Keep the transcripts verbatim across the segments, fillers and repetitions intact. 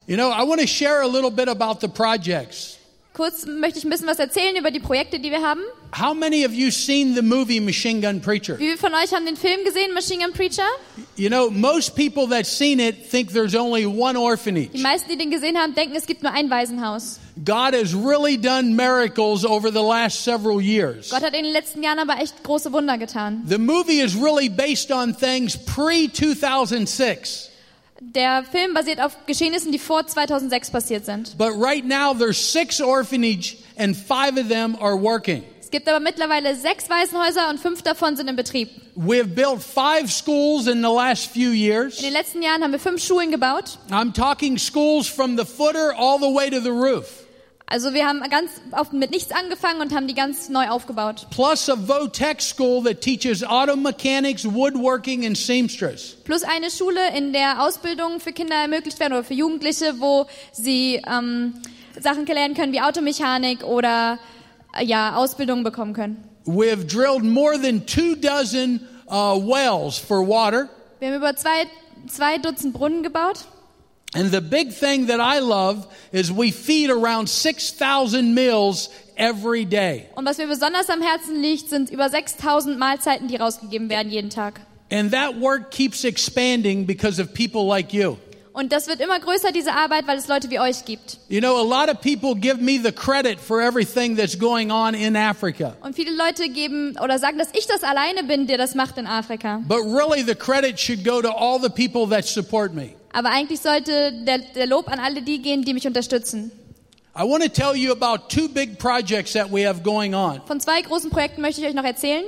You know, I want to share a little bit about the projects. Kurz möchte ich ein bisschen was erzählen über die Projekte, die wir haben. How many of you seen the movie Machine Gun Preacher? Wie viele von euch haben den Film gesehen, Machine Gun Preacher? You know, most people that seen it think there's only one orphanage. Die meisten, die den gesehen haben, denken, es gibt nur ein Waisenhaus. God has really done miracles over the last several years. Gott hat in den letzten Jahren aber echt große Wunder getan. The movie is really based on things pre two thousand six. Der Film basiert auf Geschehnissen, die vor zweitausendsechs passiert sind. But right now there's six orphanages and five of them are working. Es gibt aber mittlerweile sechs Waisenhäuser und fünf davon sind in Betrieb. We have built five schools in the last few years. In den letzten Jahren haben wir fünf Schulen gebaut. I'm talking schools from the footer all the way to the roof. Also wir haben ganz auf, mit nichts angefangen und haben die ganz neu aufgebaut. Plus a Votech school that teaches auto mechanics, woodworking and seamstress. Plus eine Schule, in der Ausbildung für Kinder ermöglicht werden oder für Jugendliche, wo sie ähm, Sachen lernen können wie Automechanik oder äh, ja Ausbildung bekommen können. We have drilled more than two dozen uh, wells for water. Wir haben über zwei, zwei Dutzend Brunnen gebaut. And the big thing that I love is we feed around six thousand meals every day. Und was mir besonders am Herzen liegt, sind über sechstausend Mahlzeiten, die rausgegeben werden jeden Tag. And that work keeps expanding because of people like you. Und das wird immer größer, diese Arbeit, weil es Leute wie euch gibt. You know, a lot of people give me the credit for everything that's going on in Africa. Und viele Leute geben oder sagen, dass ich das alleine bin, der das macht in Afrika. But really the credit should go to all the people that support me. Aber eigentlich sollte der, der Lob an alle die gehen, die mich unterstützen. I want to tell you about two big projects that we have going on. Von zwei großen Projekten möchte ich euch noch erzählen.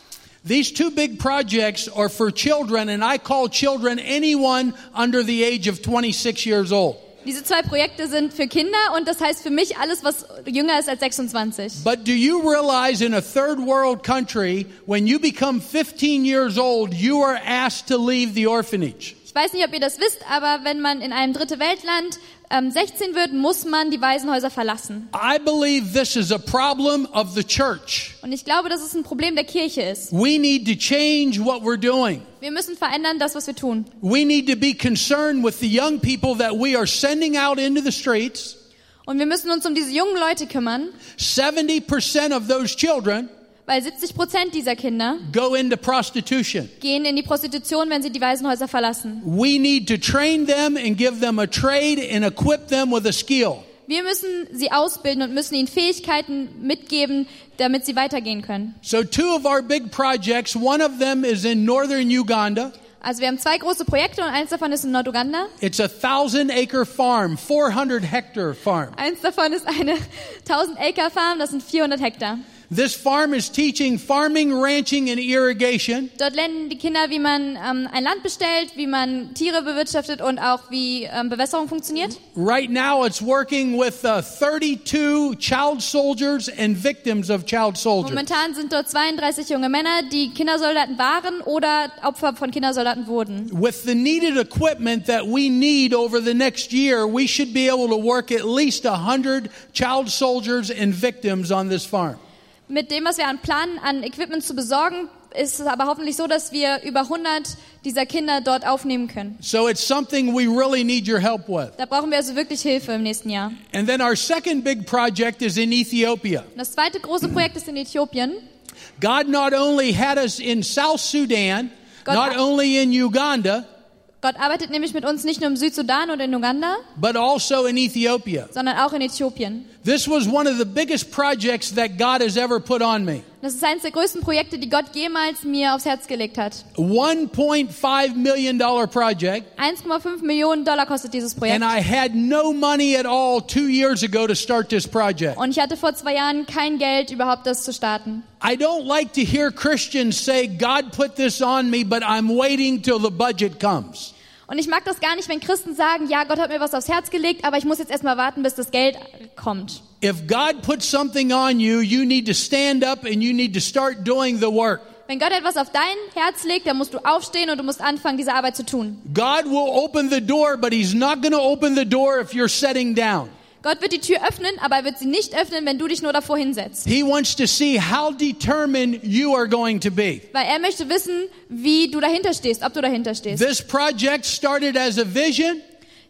These two big projects are for children, and I call children anyone under the age of twenty-six years old. Diese zwei Projekte sind für Kinder und das heißt für mich alles, was jünger ist als sechsundzwanzig. But do you realize in a third world country, when you become fifteen years old, you are asked to leave the orphanage? Ich weiß nicht, ob ihr das wisst, aber wenn man in einem Dritte Weltland ähm, sechzehn wird, muss man die Waisenhäuser verlassen. I believe this is a problem of the church. Und ich glaube, dass es ein Problem der Kirche ist. We need to change what we're doing. Wir müssen verändern das, was wir tun. We need to be concerned with the young people that we are sending out into the streets. Und wir müssen uns um diese jungen Leute kümmern. seventy percent of those children Weil siebzig Prozent dieser Kinder go into prostitution. gehen in die Prostitution, wenn sie die Waisenhäuser verlassen. We need to train them and give them a trade and equip them with a skill. Wir müssen sie ausbilden und müssen ihnen Fähigkeiten mitgeben, damit sie weitergehen können. So two of our big projects, one of them is in northern Uganda. Also wir haben zwei große Projekte und eins davon ist in Norduganda. It's a thousand acre farm, four hundred hectare farm. Eins davon ist eine tausend Acre Farm, das sind vierhundert Hektar. This farm is teaching farming, ranching and irrigation. Dort lernen die Kinder, wie man ähm, ein Land bestellt, wie man Tiere bewirtschaftet und auch wie ähm, Bewässerung funktioniert. Right now it's working with uh, thirty-two child soldiers and victims of child soldiers. Momentan sind dort zweiunddreißig junge Männer, die Kindersoldaten waren oder Opfer von Kindersoldaten wurden. With the needed equipment that we need over the next year, we should be able to work at least one hundred child soldiers and victims on this farm. Mit dem, was wir an planen, an Equipment zu besorgen, ist es aber hoffentlich so, dass wir über hundert dieser Kinder dort aufnehmen können. So it's something we really need your help with. Da brauchen wir also wirklich Hilfe im nächsten Jahr. And then our second big project is in Ethiopia. Und das zweite große Projekt ist in Äthiopien. God not only had us in South Sudan, Gott not only in Uganda, Gott arbeitet nämlich mit uns nicht nur im Südsudan oder in Uganda, but also in Ethiopia. sondern auch in Äthiopien. This was one of the biggest projects that God has ever put on me. Das ist eines der größten Projekte, die Gott jemals mir aufs Herz gelegt hat. one point five million dollar project. eins Komma fünf Millionen Dollar kostet dieses Projekt. And I had no money at all two years ago to start this project. Und ich hatte vor zwei Jahren kein Geld, überhaupt das zu starten. I don't like to hear Christians say, God put this on me, but I'm waiting till the budget comes. Und ich mag das gar nicht, wenn Christen sagen, ja, Gott hat mir was aufs Herz gelegt, aber ich muss jetzt erstmal warten, bis das Geld kommt. If God puts something on you, you need to stand up and you need to start doing the work. Wenn Gott etwas auf dein Herz legt, dann musst du aufstehen und du musst anfangen, diese Arbeit zu tun. God will open the door, but He's not going to open the door if you're sitting down. Gott wird die Tür öffnen, aber er wird sie nicht öffnen, wenn du dich nur davor hinsetzt. He wants to see how determined you are going to be. Weil er möchte wissen, wie du dahinter stehst, ob du dahinter stehst. This project started as a vision.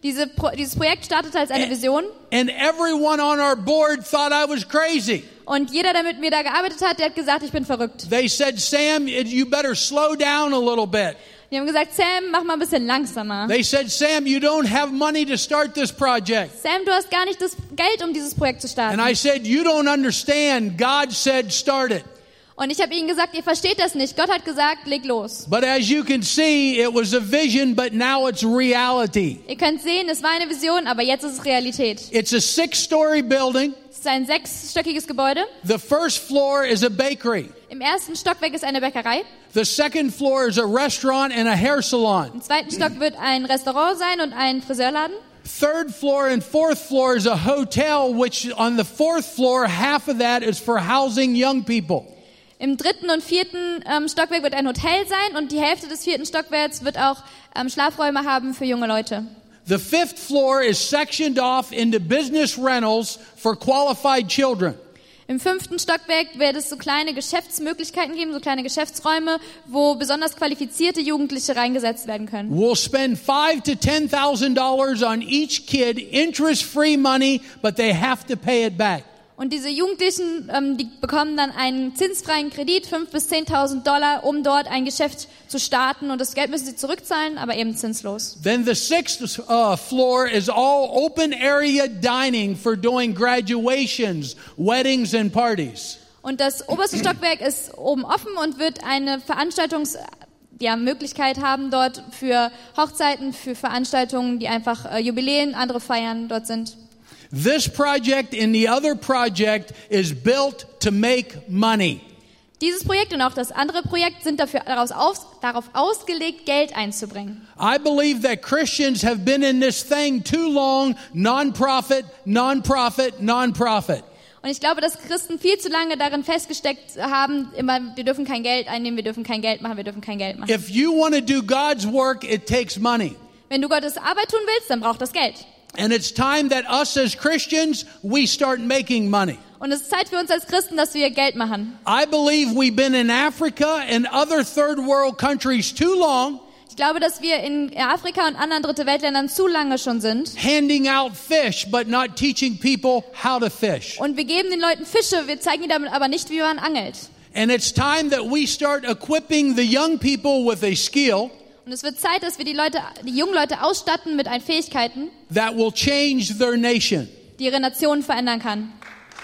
Diese Pro- dieses Projekt startete als eine Vision. And everyone on our board thought I was crazy. Und jeder, der mit mir da gearbeitet hat, der hat gesagt, ich bin verrückt. They said, Sam, you better slow down a little bit. Die haben gesagt, Sam, mach mal ein bisschen langsamer. They said, Sam, you don't have money to start this project. Sam, du hast gar nicht das Geld, um dieses Projekt zu starten. And I said, you don't understand. God said, start it. Und ich habe ihnen gesagt, ihr versteht das nicht. Gott hat gesagt, leg los. But as you can see, it was a vision, but now it's reality. Ihr könnt sehen, es war eine Vision, aber jetzt ist es Realität. It's a six-story building. Es ist ein sechsstöckiges Gebäude. The first floor is a bakery. Im ersten Stockwerk ist eine Bäckerei. The second floor is a restaurant and a hair salon. Im zweiten Stock wird ein Restaurant sein und ein Friseurladen. Third floor and fourth floor is a hotel, which on the fourth floor, half of that is for housing young people. Im dritten und vierten ähm, Stockwerk wird ein Hotel sein und die Hälfte des vierten Stockwerks wird auch ähm, Schlafräume haben für junge Leute. The fifth floor is sectioned off into business rentals for qualified children. Im fünften Stockwerk wird es so kleine Geschäftsmöglichkeiten geben, so kleine Geschäftsräume, wo besonders qualifizierte Jugendliche reingesetzt werden können. We'll spend five to ten thousand dollars on each kid, interest-free money, but they have to pay it back. Und diese Jugendlichen, ähm, die bekommen dann einen zinsfreien Kredit, fünf bis zehntausend Dollar, um dort ein Geschäft zu starten. Und das Geld müssen sie zurückzahlen, aber eben zinslos. Then the sixth uh, floor is all open area dining for doing graduations, weddings and parties. Und das oberste Stockwerk ist oben offen und wird eine Veranstaltungs ja, Möglichkeit haben dort für Hochzeiten, für Veranstaltungen, die einfach äh, Jubiläen, andere Feiern dort sind. This project and the other project is built to make money. Dieses Projekt und auch das andere Projekt sind dafür, daraus aus, darauf ausgelegt, Geld einzubringen. I believe that Christians have been in this thing too long, non-profit, non-profit, non-profit. Und ich glaube, dass Christen viel zu lange darin festgesteckt haben, immer, wir dürfen kein Geld einnehmen, wir dürfen kein Geld machen, wir dürfen kein Geld machen. If you want to do God's work, it takes money. Wenn du Gottes Arbeit tun willst, dann braucht das Geld. And it's time that us as Christians, we start making money. Und es ist Zeit für uns als Christen, dass wir Geld machen. I believe we've been in Africa and other third world countries too long. Ich glaube, dass wir in Afrika und anderen Dritte Weltländern zu lange schon sind. Handing out fish, but not teaching people how to fish. Und wir geben den Leuten Fische, wir zeigen ihnen damit aber nicht, wie man angelt. And it's time that we start equipping the young people with a skill Und es wird Zeit, dass wir die Leute, die jungen Leute ausstatten mit ein Fähigkeiten, that will change their nation. die ihre Nation verändern kann.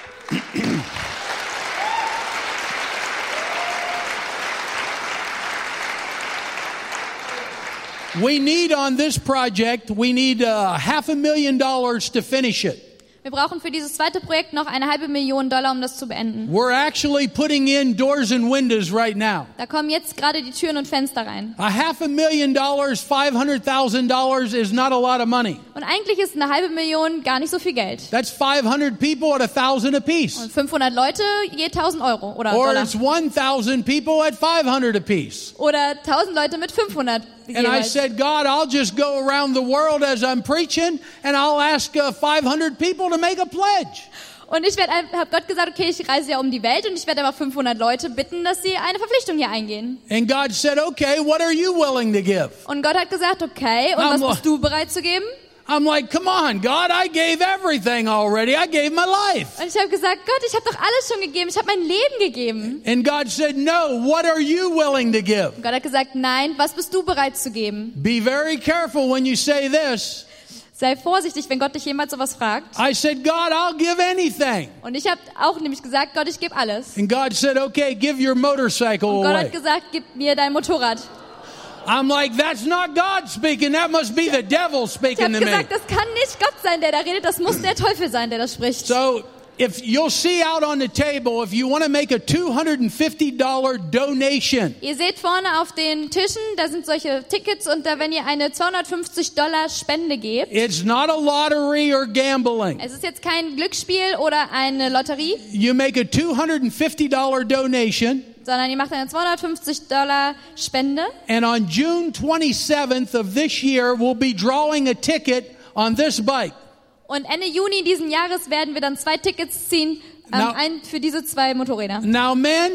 We need on this project, we need uh, half a million dollars to finish it. Wir brauchen für dieses zweite Projekt noch eine halbe Million Dollar, um das zu beenden. We're actually putting in doors and windows right now. Da kommen jetzt gerade die Türen und Fenster rein. A half a million dollars, five hundred thousand dollars is not a lot of money. Und eigentlich ist eine halbe Million gar nicht so viel Geld. That's five hundred people at a thousand apiece. Und fünfhundert Leute je tausend Euro oder Or Dollar. it's one thousand people at five hundred apiece. Oder tausend Leute mit fünfhundert And I jeweils. said, God, I'll just go around the world as I'm preaching and I'll ask uh, five hundred people to make a pledge. Und ich habe Gott gesagt, okay, ich reise ja um die Welt und ich werde aber fünfhundert Leute bitten, dass sie eine Verpflichtung hier eingehen. And God said, okay, what are you willing to give? Und Gott hat gesagt, okay, und was bist du bereit zu geben? I'm like, come on, God, I gave everything already. I gave my life. Und ich habe gesagt, Gott, ich habe doch alles schon gegeben. Ich habe mein Leben gegeben. And God said, no, what are you willing to give? Und Gott hat gesagt, nein, was bist du bereit zu geben? Be very careful when you say this. Sei vorsichtig, wenn Gott dich jemals sowas fragt. I said, God, I'll give anything. Und ich habe auch nämlich gesagt, Gott, ich gebe alles. And God said, okay, give your motorcycle Und Gott away. hat gesagt, gib mir dein Motorrad. I'm like, that's not God speaking. That must be the devil Ich speaking habe to me. gesagt, das kann nicht Gott sein, der da redet. Das muss der Teufel sein, der das spricht. So if you'll see out on the table, if you want to make a two hundred fifty dollars donation, Ihr seht vorne auf den Tischen, da sind solche Tickets und da, wenn ihr eine zweihundertfünfzig Dollar Spende gebt, it's not a lottery or gambling. es ist jetzt kein Glücksspiel oder eine Lotterie, You make a two hundred fifty dollars donation, sondern ihr macht eine zweihundertfünfzig Dollar Spende. and on June twenty-seventh of this year, we'll be drawing a ticket on this bike. Und Ende Juni diesen Jahres werden wir dann zwei Tickets ziehen, ähm, Now- ein für diese zwei Motorräder. Now, men,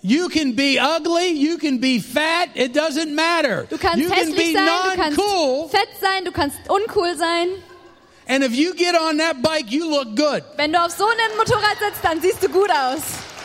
You can be ugly, you can be fat, it doesn't matter. Du kannst you can hässlich be sein, du kannst non-cool, fett sein, du kannst uncool sein. and if you get on that bike, you look good. Wenn du auf so einem Motorrad sitzt, dann siehst du gut aus.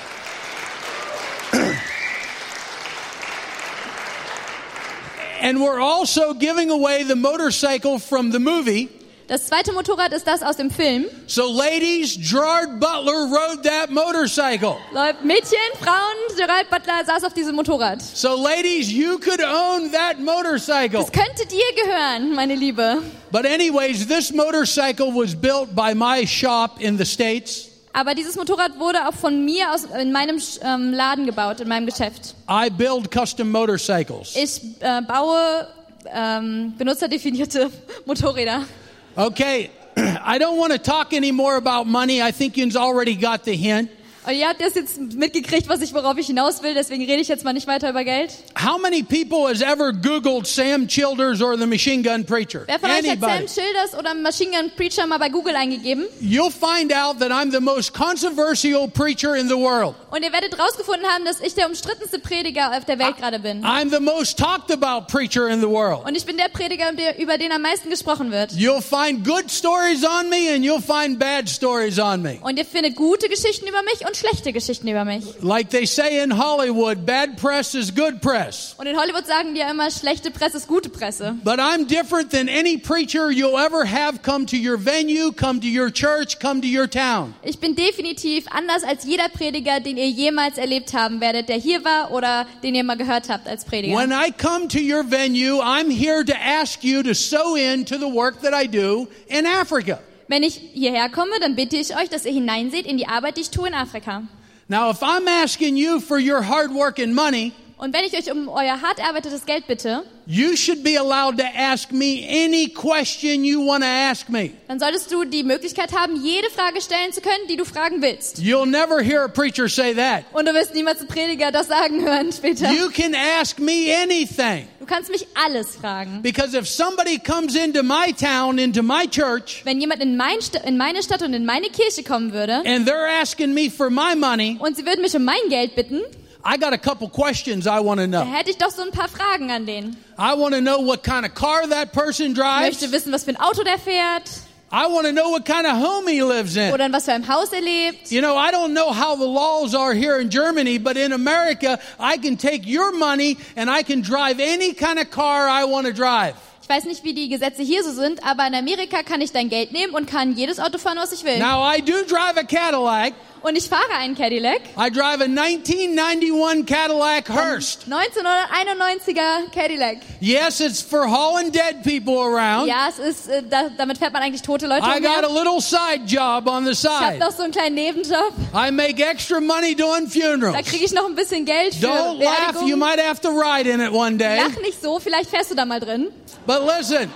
And we're also giving away the motorcycle from the movie. Das zweite Motorrad ist das aus dem Film. So ladies, Gerard Butler rode that motorcycle. Leute, Mädchen, Frauen, Gerald Butler saß auf diesem Motorrad. So ladies, you could own that motorcycle. Das könnte dir gehören, meine Liebe. But anyways, this motorcycle was built by my shop in the States. Aber dieses Motorrad wurde auch von mir aus in meinem ähm, Laden gebaut, in meinem Geschäft. I build custom motorcycles. Ich äh, baue ähm, benutzerdefinierte Motorräder. Okay, I don't want to talk anymore about money. I think you've already got the hint. Und ihr habt das jetzt mitgekriegt, was ich, worauf ich hinaus will, deswegen rede ich jetzt mal nicht weiter über Geld. How many people has ever Googled Sam Childers or the Machine Gun Preacher? Wer von euch hat Anybody? Sam Childers oder Machine Gun Preacher mal bei Google eingegeben? You'll find out that I'm the most controversial preacher in the world. Und ihr werdet rausgefunden haben, dass ich der umstrittenste Prediger auf der Welt gerade bin. I'm the most talked about preacher in the world. Und ich bin der Prediger, der- über den am meisten gesprochen wird. You'll find good stories on me and you'll find bad stories on me. Und ihr findet gute Geschichten über mich und schlechte Geschichten über mich. Like they say in Hollywood, bad press is good press. Und in Hollywood sagen die ja immer, schlechte Presse ist gute Presse. But I'm different than any preacher you'll ever have come to your venue, come to your church, come to your town. Ich bin definitiv anders als jeder Prediger, den ihr jemals erlebt haben werdet, der hier war oder den ihr mal gehört habt als Prediger. When I come to your venue, I'm here to ask you to sow into the work that I do in Africa. Wenn ich hierher komme, dann bitte ich euch, dass ihr hineinseht in die Arbeit, die ich tue in Afrika. Now, if I'm asking you for your hard work and money, Und wenn ich euch um euer hart erarbeitetes Geld bitte, you should be allowed to ask me any question you want to ask me. dann solltest du die Möglichkeit haben, jede Frage stellen zu können, die du fragen willst. You'll never hear a preacher say that. Und du wirst niemals einen Prediger das sagen hören später. You can ask me anything. Du kannst mich alles fragen. Because if somebody comes into my town, into my church, Wenn jemand in, mein Sta- in meine Stadt und in meine Kirche kommen würde and they're asking me for my money, und sie würden mich um mein Geld bitten, I got a couple questions I want to da know. hätte ich doch so ein paar Fragen an den. I want to know what kind of car that person Ich drives. möchte wissen, was für ein Auto der fährt I want to know what kind of home he lives in. oder in was für einem Haus er lebt. You know, I don't know how the laws are here in Germany, but in America, I can take your money and I can drive any kind of car I want to drive. Ich weiß nicht, wie die Gesetze hier so sind, aber in Amerika kann ich dein Geld nehmen und kann jedes Auto fahren, was ich will. Now, I do drive a Cadillac. Und ich fahre einen Cadillac. I drive a nineteen ninety-one Cadillac Hearst. neunzehnhunderteinundneunziger Cadillac. Yes, it's for hauling dead people around. Ja, es ist, äh, da, damit fährt man eigentlich tote Leute I got a umher. little side job on the Ich habe side. noch so einen kleinen Nebenjob. I make extra money doing Da funerals. kriege ich noch ein bisschen Geld für Don't laugh, you Beerdigungen. might have to ride in it one day. Lach nicht so, vielleicht fährst du da mal drin. But listen,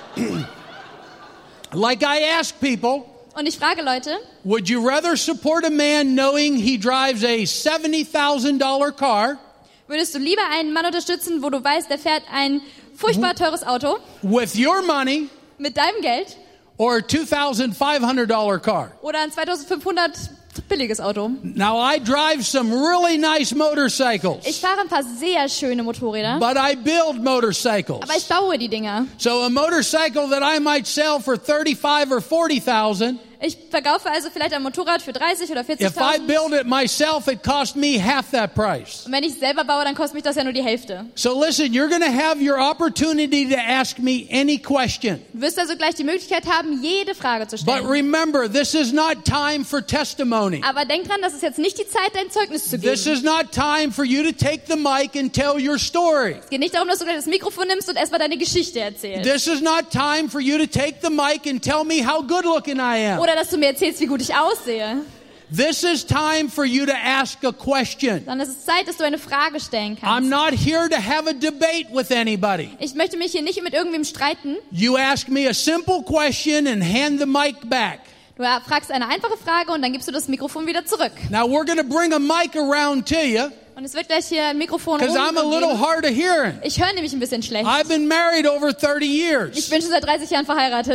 like I ask people, Und ich frage Leute, would you rather support a man knowing he drives a seventy thousand dollars car würdest du lieber einen Mann unterstützen, wo du weißt, der fährt ein furchtbar teures Auto with your money mit deinem Geld or a two thousand five hundred dollars car? oder ein zweitausendfünfhundert billiges Auto? Now, I drive some really nice motorcycles, Ich fahre ein paar sehr schöne Motorräder, but I build motorcycles. aber ich baue die Dinger. So a motorcycle that I might sell for thirty-five or forty thousand, Ich verkaufe also vielleicht ein Motorrad für dreißig oder if I vierzigtausend. build it myself, it cost me half that price. Und wenn ich es selber baue, dann kostet mich das ja nur die Hälfte. So listen, you're going to have your opportunity to ask me any question. Du wirst also gleich die Möglichkeit haben, jede Frage zu But stellen. remember, this is not time for testimony. Aber denk dran, das ist jetzt nicht die Zeit, dein Zeugnis zu geben. This is not time for you to take the mic and tell your story. Es geht nicht darum, dass du gleich das Mikrofon nimmst und erstmal deine Geschichte erzählst. This is not time for you to take the mic and tell me how good looking I am. Oder dass du mir erzählst, wie gut ich aussehe. This is time for you to ask a question. Sondern es ist Zeit, dass du eine Frage stellen I'm kannst. not here to have a debate with anybody. Ich möchte mich hier nicht mit irgendwem streiten. You ask me a simple question and hand the mic back. Du fragst eine einfache Frage und dann gibst du das Mikrofon wieder zurück. Now we're going to bring a mic around to you Und es wird gleich hier ein Mikrofon because I'm a little rumgeben. hard of hearing. Ich höre nämlich ein bisschen schlecht. I've been married over thirty Ich years. bin schon seit dreißig Jahren verheiratet.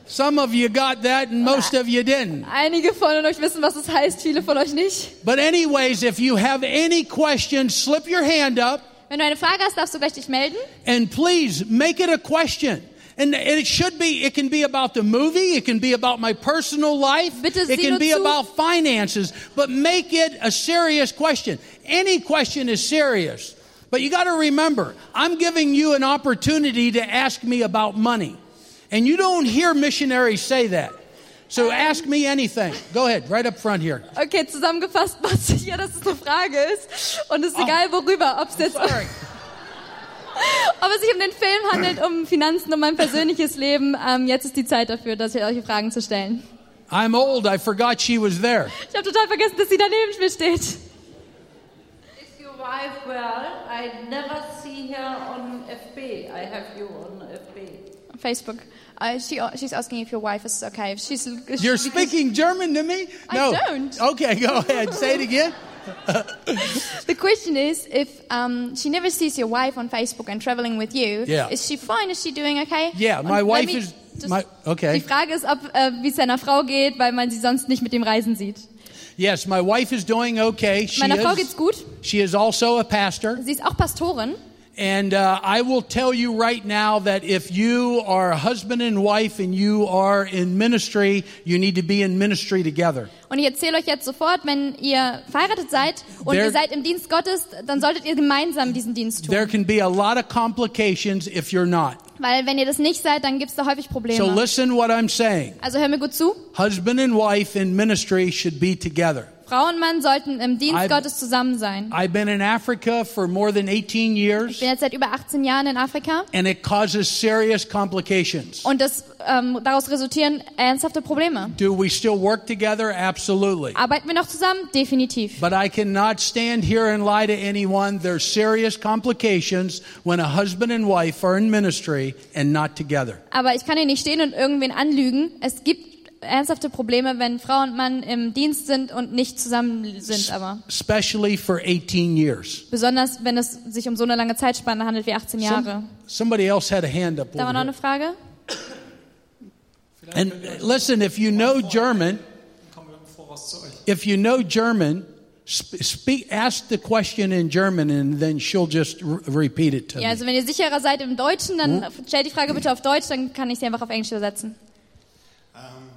Some of you got that and most of you didn't. Einige von euch wissen, was es heißt, viele von euch nicht. But anyways, if you have any questions, slip your hand up. Wenn du eine Frage hast, darfst du gleich dich melden. And please make it a question. And it should be, it can be about the movie, it can be about my personal life, Bitte it sieh can nur be zu. about finances, but make it a serious question. Any question is serious. But you got to remember, I'm giving you an opportunity to ask me about money. And you don't hear missionaries say that. So ask me anything. Go ahead, right up front here. Okay, zusammengefasst, was hier, dass es eine Frage ist. Und es ist Oh. egal, worüber, ob es jetzt... Sorry. Ob es sich um den Film handelt, um Finanzen, um mein persönliches Leben, ähm, jetzt ist die Zeit dafür, dass ihr euch Fragen zu stellen. I'm old, I forgot she was there. Ich habe total vergessen, dass sie daneben mir steht. Is your wife well? I never see her on F B. I have you on F B. Facebook. Uh, she, she's asking if your wife is okay. If she's, You're speaking German to me? I No. don't. Okay, go ahead. Say it again. The question is, if um, she never sees your wife on Facebook and traveling with you, Yeah. is she fine? Is she doing okay? Yeah, Und my let wife me is- just- my- okay. Die Frage ist, ob äh, wie es seiner Frau geht, weil man sie sonst nicht mit dem Reisen sieht. Yes, my wife is doing okay. She Meiner Frau is, geht's gut. she is also a pastor. Sie ist auch Pastorin. And uh, I will tell you right now that if you are a husband and wife and you are in ministry, you need to be in ministry together. Und ich erzähle euch jetzt sofort, wenn ihr verheiratet seid und There- ihr seid im Dienst Gottes, dann solltet ihr gemeinsam diesen Dienst tun. There can be a lot of complications if you're not. Weil wenn ihr das nicht seid, dann gibt's da häufig So Probleme. listen what I'm saying. Also hör mir gut zu. Husband and wife in ministry should be together. Frau und Mann sollten im Dienst I've- Gottes zusammen sein. I've been in Africa for more than eighteen years, Ich bin jetzt seit über achtzehn Jahren in Afrika and it causes serious complications. und das, ähm, daraus resultieren ernsthafte Probleme. Do we still work together? Absolutely. Arbeiten wir noch zusammen? Definitiv. But I cannot stand here and lie to anyone. There's serious complications when a husband and wife are in ministry and not together. Aber ich kann hier nicht stehen und irgendwen anlügen. Es gibt ernsthafte Probleme, wenn Frau und Mann im Dienst sind und nicht zusammen sind, aber Especially for eighteen years. besonders, wenn es sich um so eine lange Zeitspanne handelt wie achtzehn Jahre. Somebody else had a hand up Da war over noch eine here. Frage? And uh, listen, if you know German, Kommen wir vor was zu euch. if you know German, sp- speak, ask the question in German and then she'll just r- repeat it to Ja, me. also wenn ihr sicherer seid im Deutschen, dann stellt die Frage bitte auf Deutsch, dann kann ich sie einfach auf Englisch übersetzen. Ähm,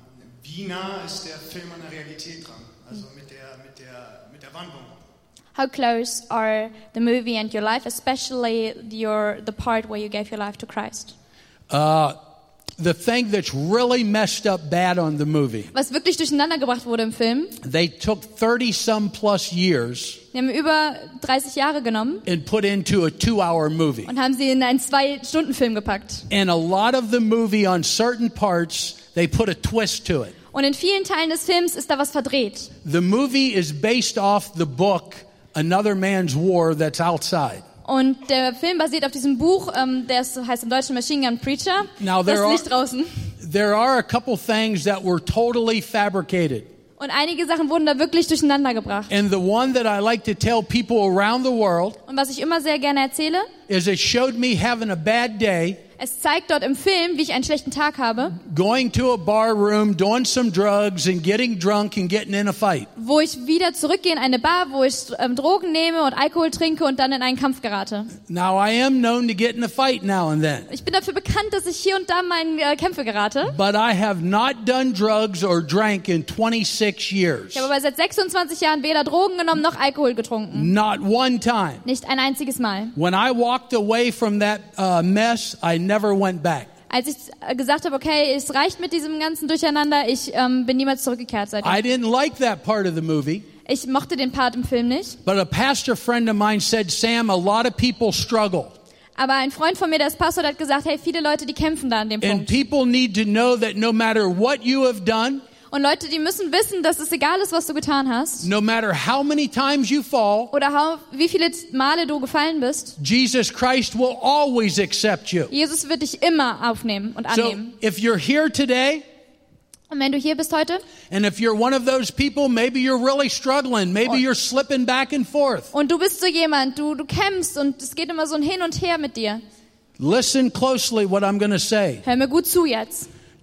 wie nah ist der Film an der Realität dran? Also mit der, mit der, mit der Wandlung. How close are the movie and your life, especially your the part where you gave your life to Christ? Uh, the thing that's really messed up bad on the movie, Was wirklich durcheinander gebracht wurde im Film, they took thirty some plus years die haben über dreißig Jahre genommen and put into a two hour movie. und haben sie in einen Zwei-Stunden-Film gepackt. And a lot of the movie on certain parts, they put a twist to it. Und in vielen Teilen des Films ist da was verdreht. The movie is based off the book Another Man's War that's outside. Und der Film basiert auf diesem Buch, ähm, das heißt im Deutschen Machine Gun Preacher. Now, Das there ist are- nicht draußen. There are a couple things that were totally fabricated. Und einige Sachen wurden da wirklich durcheinander gebracht. And the one that I like to tell people around the world Und was ich immer sehr gerne erzähle, is it showed me having a bad day, es zeigt dort im Film, wie ich einen schlechten Tag habe, going to a bar room, doing some drugs and getting drunk and getting in a fight. wo ich wieder zurückgehe in eine Bar, wo ich ähm, Drogen nehme und Alkohol trinke und dann in einen Kampf gerate. Now, I am known to get in a fight now and then, Ich bin dafür bekannt, dass ich hier und da mal in äh, Kämpfe gerate. but I have not done drugs or drank in twenty-six years. Ich habe aber seit sechsundzwanzig Jahren weder Drogen genommen noch Alkohol getrunken. Not one time. Nicht ein einziges Mal. When I walked away from that uh, mess, I never went back. Als ich äh, gesagt habe, okay, es reicht mit diesem ganzen Durcheinander, ich ähm, bin niemals zurückgekehrt seitdem. I didn't like that part of the movie, Ich mochte den Part im Film nicht. but a pastor friend of mine said, Sam, a lot of people struggle. Aber ein Freund von mir, der ist Pastor, der hat gesagt, hey, viele Leute, die kämpfen da an dem And Punkt. people need to know that no matter what you have done, Und Leute, die müssen wissen, dass es egal ist, was du getan hast. no matter how many times you fall, Oder how, wie viele Male du gefallen bist. Jesus Christ will always accept you. Jesus wird dich immer aufnehmen und So annehmen. if you're here today, Und wenn du hier bist heute and if you're one of those people, maybe you're really struggling, maybe you're slipping back and forth. und du bist so jemand, du, du kämpfst und es geht immer so ein Hin und Her mit dir. Listen closely what I'm going to say. Hör mir gut zu jetzt.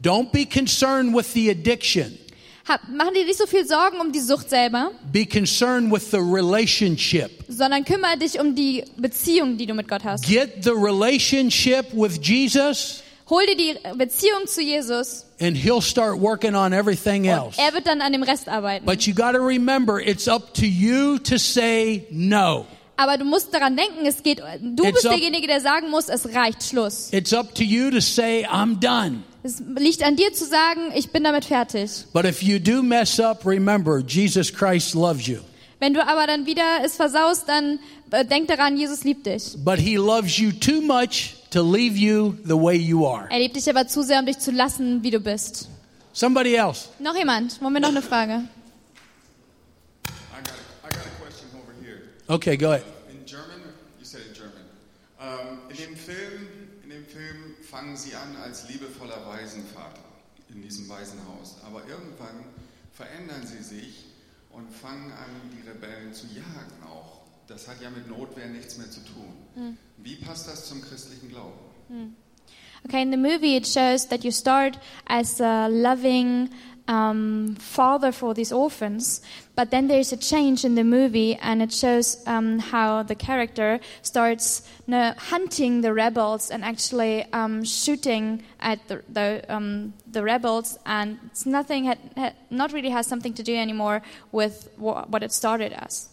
Don't be concerned with the addiction. Hab, machen dir nicht so viel Sorgen um die Sucht selber, Be concerned with the relationship. sondern kümmere dich um die Beziehung, die du mit Gott hast. Get the relationship with Jesus, Hol dir die Beziehung zu Jesus and he'll start working on everything und else. er wird dann an dem Rest arbeiten. But you got to remember, it's up to you to say no. Aber du musst daran denken, es geht, du It's bist up- derjenige, der sagen muss, es reicht, Schluss. It's up to you to say, I'm done. Es liegt an dir zu sagen, ich bin damit fertig. But if you do mess up, remember, Jesus Christ loves you. Wenn du aber dann wieder es versaust, dann äh, denk daran, Jesus liebt dich. But he loves you too much to leave you the way you are. Er liebt dich aber zu sehr, um dich zu lassen, wie du bist. Somebody else. Noch jemand? Wollen wir noch eine Frage? I got, a, I got a question over here. Okay, go ahead. In German, you said in German. Ähm, in dem Film, in dem Film fangen sie an als liebevoller Waisenvater in diesem Waisenhaus. Aber irgendwann verändern sie sich und fangen an, die Rebellen zu jagen auch. Das hat ja mit Notwehr nichts mehr zu tun. Hm. Wie passt das zum christlichen Glauben? Hm. Okay, in the movie it shows that you start as a loving um, father for these orphans, but then there's a change in the movie, and it shows um, how the character starts no, hunting the rebels and actually um, shooting at the the, um, the rebels, and it's nothing had, had not really has something to do anymore with wha- what it started as.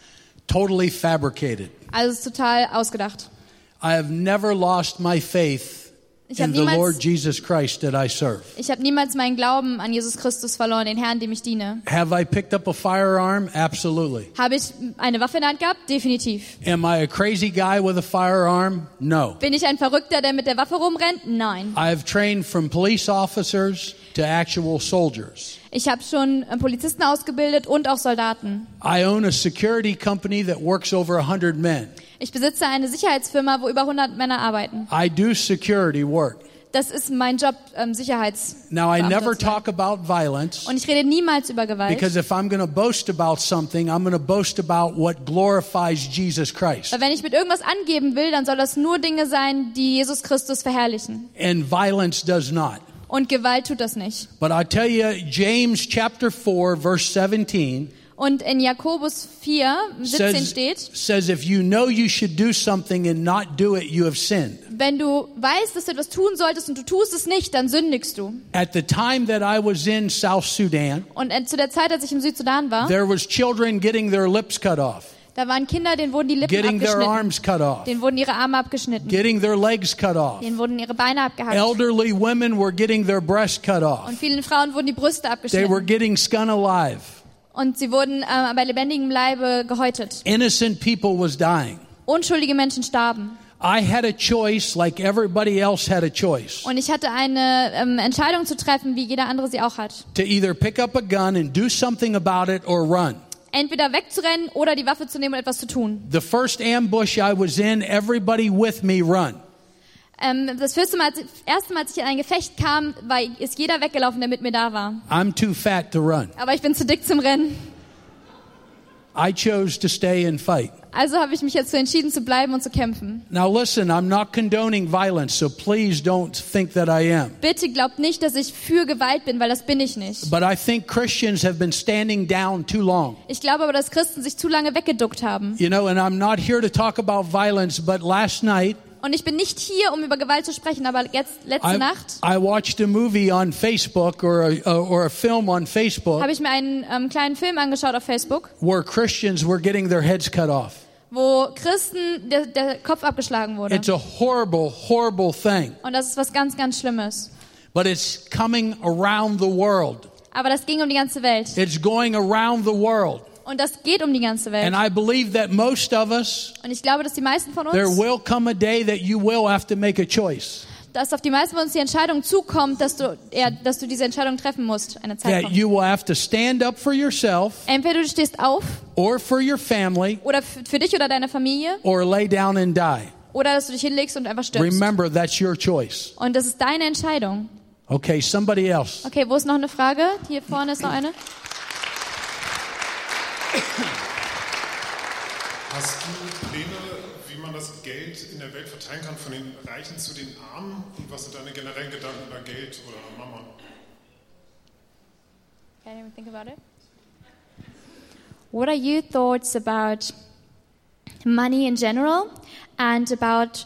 Totally fabricated. Also es ist total ausgedacht. I have never lost my faith Ich in habe the niemals Lord Jesus Christ that I serve. Ich habe niemals meinen Glauben an Jesus Christus verloren, den Herrn, dem ich diene. Have I picked up a firearm? Absolutely. Habe ich eine Waffe in der Hand gehabt? Definitiv. Am I a crazy guy with a firearm? No. Bin ich ein Verrückter, der mit der Waffe rumrennt? Nein. I've trained from police officers to actual soldiers. Ich habe schon äh, Polizisten ausgebildet und auch Soldaten. I own a security company that works over one hundred men. Ich besitze eine Sicherheitsfirma, wo über hundert Männer arbeiten. I do security work. Das ist mein Job, ähm, Sicherheits. Now, I never Beamter zu sein. talk about violence Und ich rede niemals über Gewalt. because if I'm going to boast about something, I'm going to boast about what glorifies Jesus Christ. Weil wenn ich mit irgendwas angeben will, dann soll das nur Dinge sein, die Jesus Christus verherrlichen. And violence does not. Und Gewalt tut das nicht. But I tell you, James chapter four, verse seventeen, Und in Jakobus vier, siebzehn says, steht, says, if you know you should do something and not do it, you have sinned. wenn du weißt, dass du etwas tun solltest und du tust es nicht, dann sündigst du. At the time that I was in South Sudan, Und äh, zu der Zeit, als ich im Südsudan war, there was children getting their lips cut off, da waren Kinder, denen wurden die Lippen getting their abgeschnitten. arms cut off, Denen wurden ihre Arme abgeschnitten. getting their legs cut off. Denen wurden ihre Beine abgehackt. Elderly women were getting their breasts cut Und off. vielen Frauen wurden die Brüste They were abgeschnitten. getting skinned alive. Und sie wurden äh, bei lebendigem Leibe gehäutet. Innocent people was dying. Unschuldige Menschen starben. I had a choice like everybody else had a choice Und ich hatte eine ähm, Entscheidung zu treffen, wie jeder andere sie auch hat. to either pick up a gun and do something about it or run. Entweder wegzurennen oder die Waffe zu nehmen und etwas zu tun. The first ambush I was in, everybody with me run. Ähm, das erste Mal, als, erste Mal, als ich in ein Gefecht kam, war, ist jeder weggelaufen, der mit mir da war. I'm too fat to run. Aber ich bin zu dick zum Rennen. I chose to stay and fight. Also habe ich mich jetzt so entschieden zu bleiben und zu kämpfen. Now listen, I'm not condoning violence, so please don't think that I am. Bitte glaubt nicht, dass ich für Gewalt bin, weil das bin ich nicht. But I think Christians have been standing down too long. Ich glaube aber, dass Christen sich zu lange weggeduckt haben. You know, and I'm not here to talk about violence, but last night Und ich bin nicht hier, um über Gewalt zu sprechen, aber jetzt, letzte I, Nacht I watched a movie on Facebook or a, or a film on Facebook habe ich mir einen ähm, kleinen Film angeschaut auf Facebook, where Christians were getting their heads cut off. wo Christen der, der Kopf abgeschlagen wurde. It's a horrible, horrible thing. Und das ist was ganz, ganz Schlimmes. But it's coming around the world. Aber das ging um die ganze Welt. It's going around the world. Und das geht um die ganze Welt. And I believe that most of us, Und ich glaube, dass die meisten von there uns, will come a day that you will have to make a choice. dass auf die meisten von uns die Entscheidung zukommt, dass du, ja, dass du diese Entscheidung treffen musst. Eine Zeit That kommt. you will have to stand up for yourself Entweder du stehst auf or for your family oder f- für dich oder deine Familie or lay down and die. oder dass du dich hinlegst und einfach stirbst. Remember, that's your choice. Und das ist deine Entscheidung. Okay, somebody else. Okay, wo ist noch eine Frage? Hier vorne ist noch eine. Hast du Pläne wie man das Geld in der Welt verteilen kann, von den Reichen zu den Armen? Und was sind deine generellen Gedanken über Geld oder Mammon? Can you think about it? What are your thoughts about money in general and about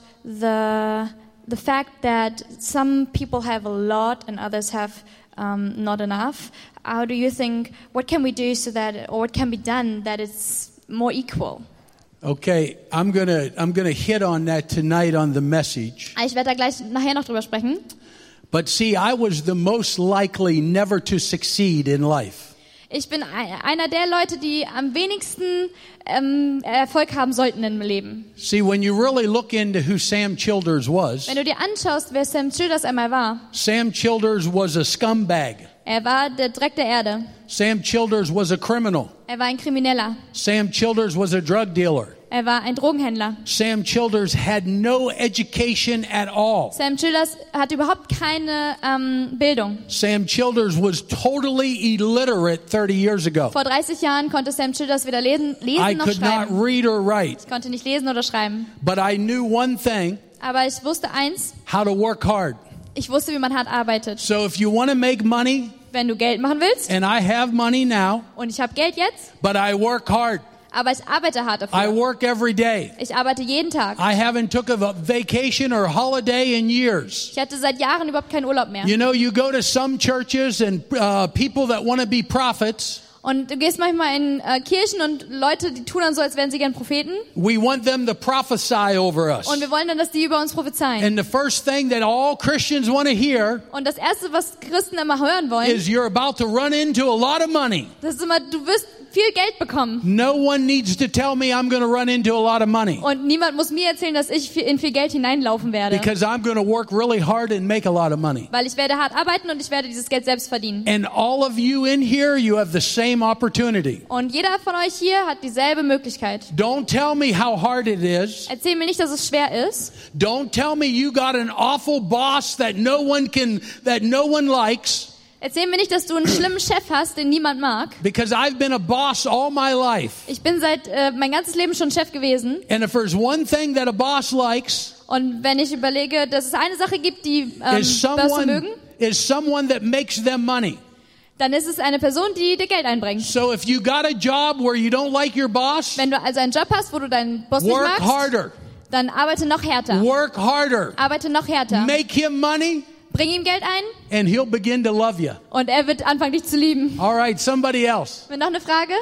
the the fact that some people have a lot and others have um, not enough? How do you think, what can we do so that, or what can be done that it's more equal? Okay, I'm gonna I'm gonna hit on that tonight on the message. Ich werde da gleich nachher noch drüber sprechen. But see, I was the most likely never to succeed in life. Ich bin einer der Leute, die am wenigsten ähm, Erfolg haben sollten im Leben. See, when you really look into who Sam Childers was, Wenn du dir anschaust, wer Sam Childers einmal war, Sam Childers was a scumbag. er war der Dreck der Erde. Sam Childers was a criminal. Er war ein Krimineller. Sam Childers was a drug dealer. Er war ein Drogenhändler. Sam Childers had no education at all. Sam Childers hat überhaupt keine ähm, Bildung. Sam Childers was totally illiterate thirty years ago. Vor dreißig Jahren konnte Sam Childers weder lesen, lesen I noch could not schreiben. read or write, Ich konnte nicht lesen oder schreiben. but I knew one thing, Aber ich wusste eins, how to work hard. ich wusste, wie man hart arbeitet. So if you want to make money, Wenn du Geld machen willst, and I have money now, und ich habe Geld jetzt, but I work hard. aber ich arbeite hart I dafür. work every day. Ich arbeite jeden Tag. I haven't took a vacation or holiday in years. Ich hatte seit Jahren überhaupt keinen Urlaub mehr. You know, you go to some churches and uh, people that want to be prophets, Und du gehst manchmal in äh, Kirchen und Leute, die tun dann so, als wären sie gern Propheten. we want them to prophesy over us. Und wir wollen dann, dass die über uns prophezeien. And the first thing that all Christians want to hear Und das Erste, was Christen immer hören wollen, is you're about to run into a lot of money. das ist immer, du wirst viel Geld bekommen. No one needs to tell me I'm going to run into a lot of money Und niemand muss mir erzählen, dass ich in viel Geld hineinlaufen werde. because I'm going to work really hard and make a lot of money. Weil ich werde hart arbeiten und ich werde dieses Geld selbst verdienen. And all of you in here, you have the same opportunity. Und jeder von euch hier hat dieselbe Möglichkeit. Don't tell me how hard it is. Erzähl mir nicht, dass es schwer ist. Don't tell me you got an awful boss that no one can, that no one likes. Erzähl mir nicht, dass du einen schlimmen Chef hast, den niemand mag. Because I've been a boss all my life. Ich bin seit äh, mein ganzes Leben schon Chef gewesen. And if there's one thing that a boss likes, Und wenn ich überlege, dass es eine Sache gibt, die ähm, is Börse someone, mögen, is someone that makes them money. dann ist es eine Person, die dir Geld einbringt. So if you got a job where you don't like your boss, Wenn du also einen Job hast, wo du deinen Boss nicht work magst, harder. dann arbeite noch härter. Work harder. Arbeite noch härter. Make him money Bring ihm Geld ein and he'll begin to love you. und er wird anfangen, dich zu lieben. All right, somebody else. Noch eine Frage?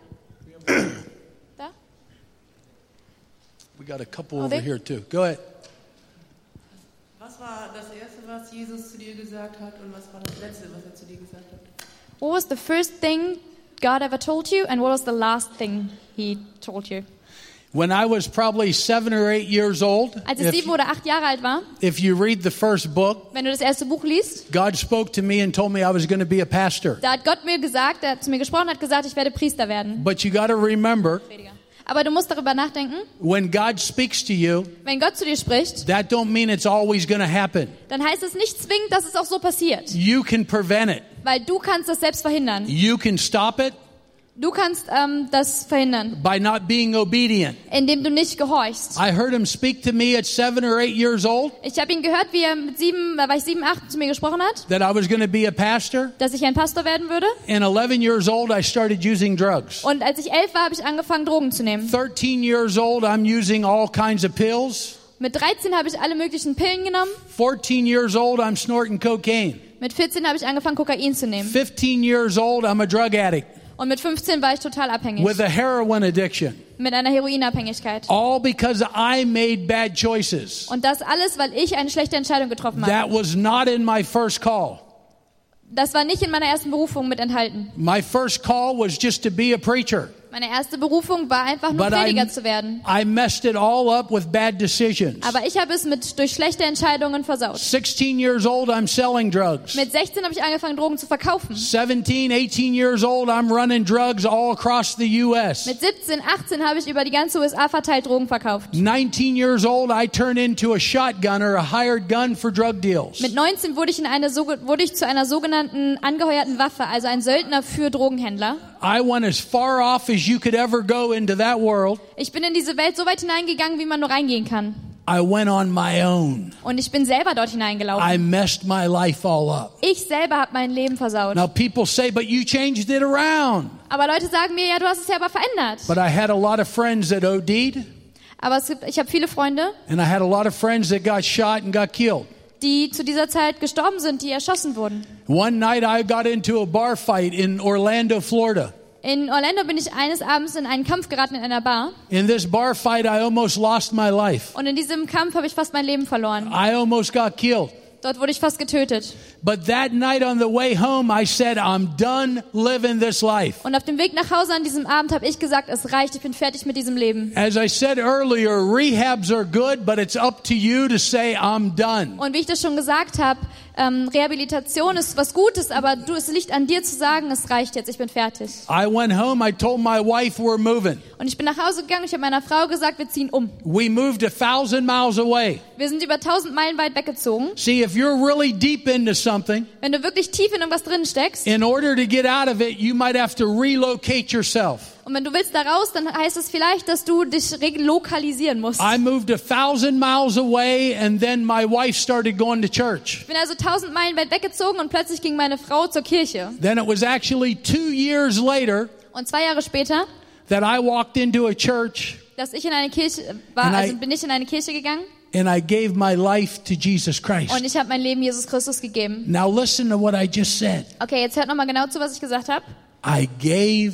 Da? We got a couple Oh, over they- here too. Go ahead. Was war das Erste, was Jesus zu dir gesagt hat und was war das Letzte, was er zu dir gesagt hat? What was the first thing God ever told you and what was the last thing he told you? When I was probably seven or eight years old, Als ich if, sieben oder acht Jahre alt war, if you read the first book, wenn du das erste Buch liest, God spoke to me and told me I was going to be a pastor. da hat Gott mir gesagt, er hat zu mir gesprochen, hat gesagt, ich werde Priester werden. But you got to remember, Aber du musst darüber nachdenken, when God speaks to you, wenn Gott zu dir spricht, that don't mean it's always going to happen. dann heißt es nicht zwingend, dass es auch so passiert. You can prevent it. Weil du kannst das selbst verhindern. You can stop it Du kannst ähm, das verhindern, by not being obedient. indem du nicht gehorchst. I heard him speak to me at seven or eight years old Ich habe ihn gehört, wie er mit sieben, da war ich sieben, acht, zu mir gesprochen hat, that I was going to be a pastor. dass ich ein Pastor werden würde. And eleven years old, I started using drugs. Und als ich elf war, habe ich angefangen, Drogen zu nehmen. thirteen years old, I'm using all kinds of pills. Mit dreizehn habe ich alle möglichen Pillen genommen. fourteen years old, I'm snorting cocaine. Mit vierzehn habe ich angefangen, Kokain zu nehmen. fifteen years old, I'm a drug addict Und mit fünfzehn war ich total abhängig. with a heroin addiction. Mit einer Heroinabhängigkeit. All because I made bad choices. Und das alles, weil ich eine schlechte Entscheidung getroffen habe. That was not in my first call. Das war nicht in meiner ersten Berufung mit enthalten. My first call was just to be a preacher. Meine erste Berufung war einfach nur But I, Prediger zu werden. I messed it all up with bad decisions. Aber ich habe es mit durch schlechte Entscheidungen versaut. sixteen years old, I'm selling drugs. Mit sechzehn habe ich angefangen, Drogen zu verkaufen. seventeen, eighteen years old, I'm running drugs all across the U S. Mit siebzehn, achtzehn habe ich über die ganze U S A verteilt Drogen verkauft. nineteen years old, I turned into a shotgunner, a hired gun for drug deals. Mit neunzehn wurde ich, in eine, wurde ich zu einer sogenannten angeheuerten Waffe, also ein Söldner für Drogenhändler. I went as far off as you could ever go into that world. Ich bin in diese Welt so weit hineingegangen, wie man nur reingehen kann. I went on my own. Und ich bin selber dort hineingelaufen. I messed my life all up. Ich selber habe mein Leben versaut. Now people say, but you changed it around. Aber Leute sagen mir, ja, du hast es ja aber verändert. But I had a lot of friends that OD'd. Aber es gibt, ich habe viele Freunde, And I had a lot of friends that got shot and got killed. die zu dieser Zeit gestorben sind, die erschossen wurden. One night I got into a bar fight in Orlando, Florida. In Orlando bin ich eines Abends in einen Kampf geraten in einer Bar. In this bar fight I almost lost my life. Und in diesem Kampf habe ich fast mein Leben verloren. I almost got killed. Dort wurde ich fast getötet. But that night on the way home I said, I'm done living this life. Und auf dem Weg nach Hause an diesem Abend habe ich gesagt, es reicht, ich bin fertig mit diesem Leben. As I said earlier, rehabs are good, but it's up to you to say, I'm done. Und wie ich das schon gesagt habe, ähm, Rehabilitation ist was Gutes, aber du, es liegt an dir zu sagen, es reicht jetzt, ich bin fertig. I went home, I told my wife we're moving. Und ich bin nach Hause gegangen, ich habe meiner Frau gesagt, wir ziehen um. We moved a thousand miles away. Wir sind über tausend Meilen weit weggezogen. See, if you're really deep into something, Wenn du wirklich tief in irgendwas drin steckst in order to get out of it, you might have to relocate yourself. und wenn du willst da raus, dann heißt es vielleicht, dass du dich relokalisieren musst. I moved a thousand miles away and then my wife started going to church. Ich bin also tausend Meilen weit weggezogen und plötzlich ging meine Frau zur Kirche. Then it was actually two years later Und zwei Jahre später, that I walked into a church dass ich in eine Kirche war, And I- also bin ich in eine Kirche gegangen and I gave my life to Jesus Christ. und ich habe mein Leben Jesus Christus gegeben. Now listen to what I just said. Okay, jetzt hört nochmal genau zu, was ich gesagt habe. I gave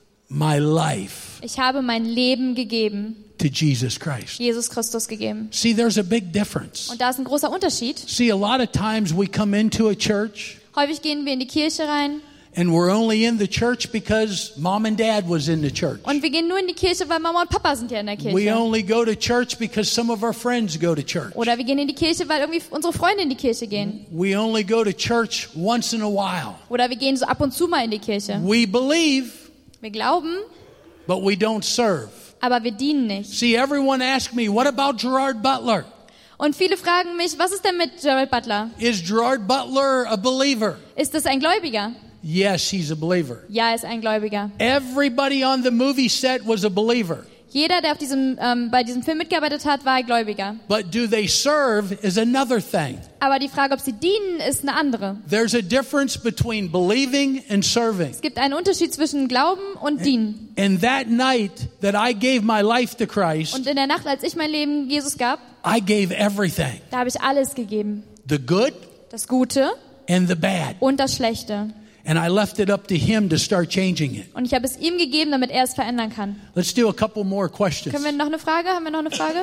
my life Ich habe mein Leben gegeben, to Jesus Christ. Jesus Christus gegeben. See, there's a big difference. Und da ist ein großer Unterschied. See, a lot of times we come into a church Häufig gehen wir in die Kirche rein and we're only in the church because mom and dad was in the church. und wir gehen nur in die Kirche, weil Mama und Papa sind ja in der We Kirche. only go to church because some of our friends go to church. Oder wir gehen in die Kirche, weil irgendwie unsere Freunde in die Kirche gehen. We only go to church once in a while. Oder wir gehen so ab und zu mal in die Kirche. We believe, Wir glauben, but we don't serve. aber wir dienen nicht. See, everyone asks me, what about Gerard Butler? Und viele fragen mich, was ist denn mit Gerald Butler? Is Gerard Butler a believer? Ist das ein Gläubiger? Yes, he's a believer. Ja, er ist ein Gläubiger. Everybody on the movie set was a believer. Jeder, der auf diesem, ähm, bei diesem Film mitgearbeitet hat, war ein Gläubiger. But do they serve is another thing. Aber die Frage, ob sie dienen, ist eine andere. There's a difference between believing and serving. Es gibt einen Unterschied zwischen Glauben und Dienen. And that night that I gave my life to Christ, Und in der Nacht, als ich mein Leben Jesus gab, I gave everything. da habe ich alles gegeben. The good Das Gute and the bad. und das Schlechte. And I left it up to him to start changing it. Und ich habe es ihm gegeben, damit er es verändern kann. Let's do a couple more questions. Können wir noch eine Frage? Haben wir noch eine Frage?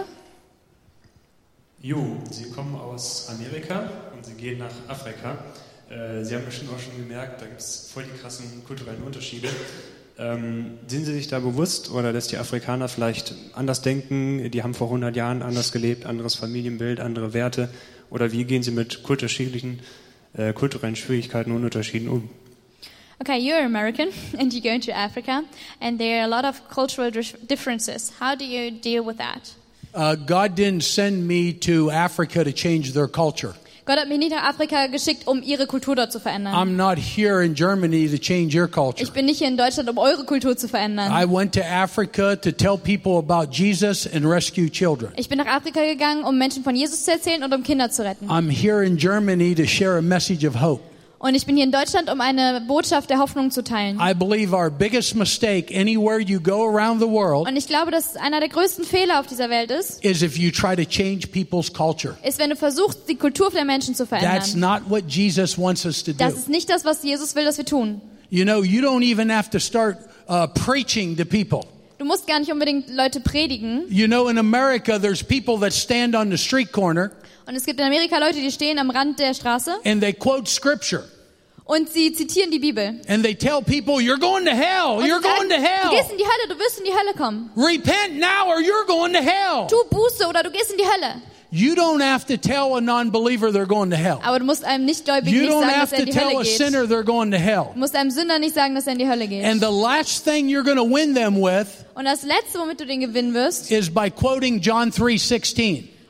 Jo, Sie kommen aus Amerika und Sie gehen nach Afrika. Äh, Sie haben bestimmt auch schon gemerkt, da gibt es voll die krassen kulturellen Unterschiede. Ähm, sind Sie sich da bewusst oder dass die Afrikaner vielleicht anders denken? Die haben vor hundert Jahren anders gelebt, anderes Familienbild, andere Werte. Oder wie gehen Sie mit unterschiedlichen äh, kulturellen Schwierigkeiten und Unterschieden um? Okay, you're American and you're going to Africa and there are a lot of cultural dif- differences. How do you deal with that? Uh, God didn't send me to Africa to change their culture. Gott hat mich nicht nach Afrika geschickt, um ihre Kultur dort zu verändern. I'm not here in Germany to change your culture. Ich bin nicht hier in Deutschland, um eure Kultur zu verändern. I went to Africa to tell people about Jesus and rescue children. Ich bin nach Afrika gegangen, um Menschen von Jesus zu erzählen und um Kinder zu retten. I'm here in Germany to share a message of hope. Und ich bin hier in Deutschland, um eine Botschaft der Hoffnung zu teilen. I believe our biggest mistake anywhere you go around the world Und ich glaube, dass einer der größten Fehler auf dieser Welt ist, is if you try to change people's culture. ist, wenn du versuchst, die Kultur der Menschen zu That's verändern. not what Jesus wants us to do. Das ist nicht das, was Jesus will, dass wir tun. You know, you don't even have to start uh, preaching to people. Du musst gar nicht unbedingt Leute predigen. You know, in America, there's people that stand on the street corner Und es gibt in Amerika Leute, die stehen am Rand der Straße and they quote scripture. und sie zitieren die Bibel. And they tell people, you're going to hell, Und sie you're going sagen, to du gehst hell. in die Hölle, du wirst in die Hölle kommen. Repent now or you're going to hell. Tu Buße oder du gehst in die Hölle. You don't have to tell a non-believer they're going to hell. Aber du musst einem Nichtgläubigen You nicht don't sagen, have dass er to in die tell Hölle a geht. sinner they're going to hell. Du musst einem Sünder nicht sagen, dass er in die Hölle geht. And the last thing you're going to win them with Und das Letzte, womit du den gewinnen wirst, is by quoting John three sixteen.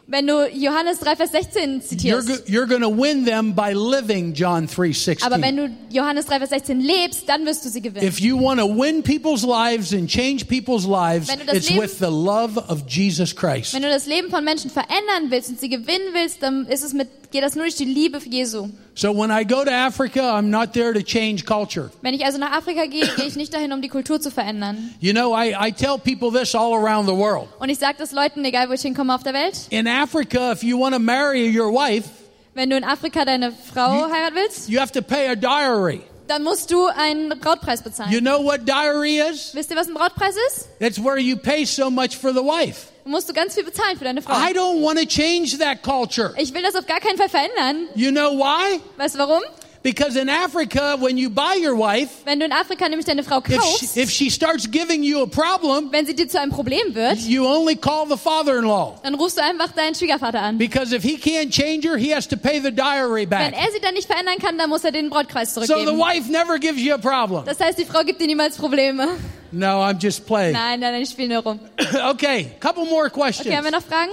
wenn du Johannes drei Vers sechzehn You're, zitierst. go- you're going to win them by living John three Aber wenn sixteen. du Johannes drei Vers sechzehn lebst, dann wirst du sie gewinnen. If you want to win people's lives and change people's lives, Wenn du das it's Leben- with the love of Jesus Christ. Wenn du das Leben von Menschen verändern willst und sie gewinnen willst, dann ist es mit, geht das nur durch die Liebe für Jesu. So when I go to Africa, I'm not there to change culture. Wenn ich also nach Afrika gehe, gehe ich nicht dahin, um die Kultur zu verändern. You know, I, I tell people this all around the world. Und ich sage das Leuten, egal wo ich hinkomme auf der Welt, In Africa, if you want to marry your wife, wenn du in Afrika deine Frau heiraten willst, you have to pay a dowry. dann musst du einen Brautpreis bezahlen. You know what dowry is? Wisst ihr, was ein Brautpreis ist? It's where you pay so much for the wife. Dann musst du ganz viel bezahlen für deine Frau. I don't want to change that culture. Ich will das auf gar keinen Fall verändern. You know why? Weißt du warum? Because in Africa, when you buy your wife, Wenn du in Afrika nämlich deine Frau if she, kaufst, if she starts giving you a problem, wenn sie dir zu einem Problem wird, you only call the father-in-law. dann rufst du einfach deinen Schwiegervater an. Because if he can't change her, he has to pay the dowry Wenn back. er sie dann nicht verändern kann, dann muss er den Brautkreis So the zurückgeben. wife never gives you a problem. Das heißt, die Frau gibt dir niemals Probleme. No, I'm just playing. Nein, nein, nein, ich spiele nur rum. Okay, couple more Okay, haben questions. wir noch Fragen?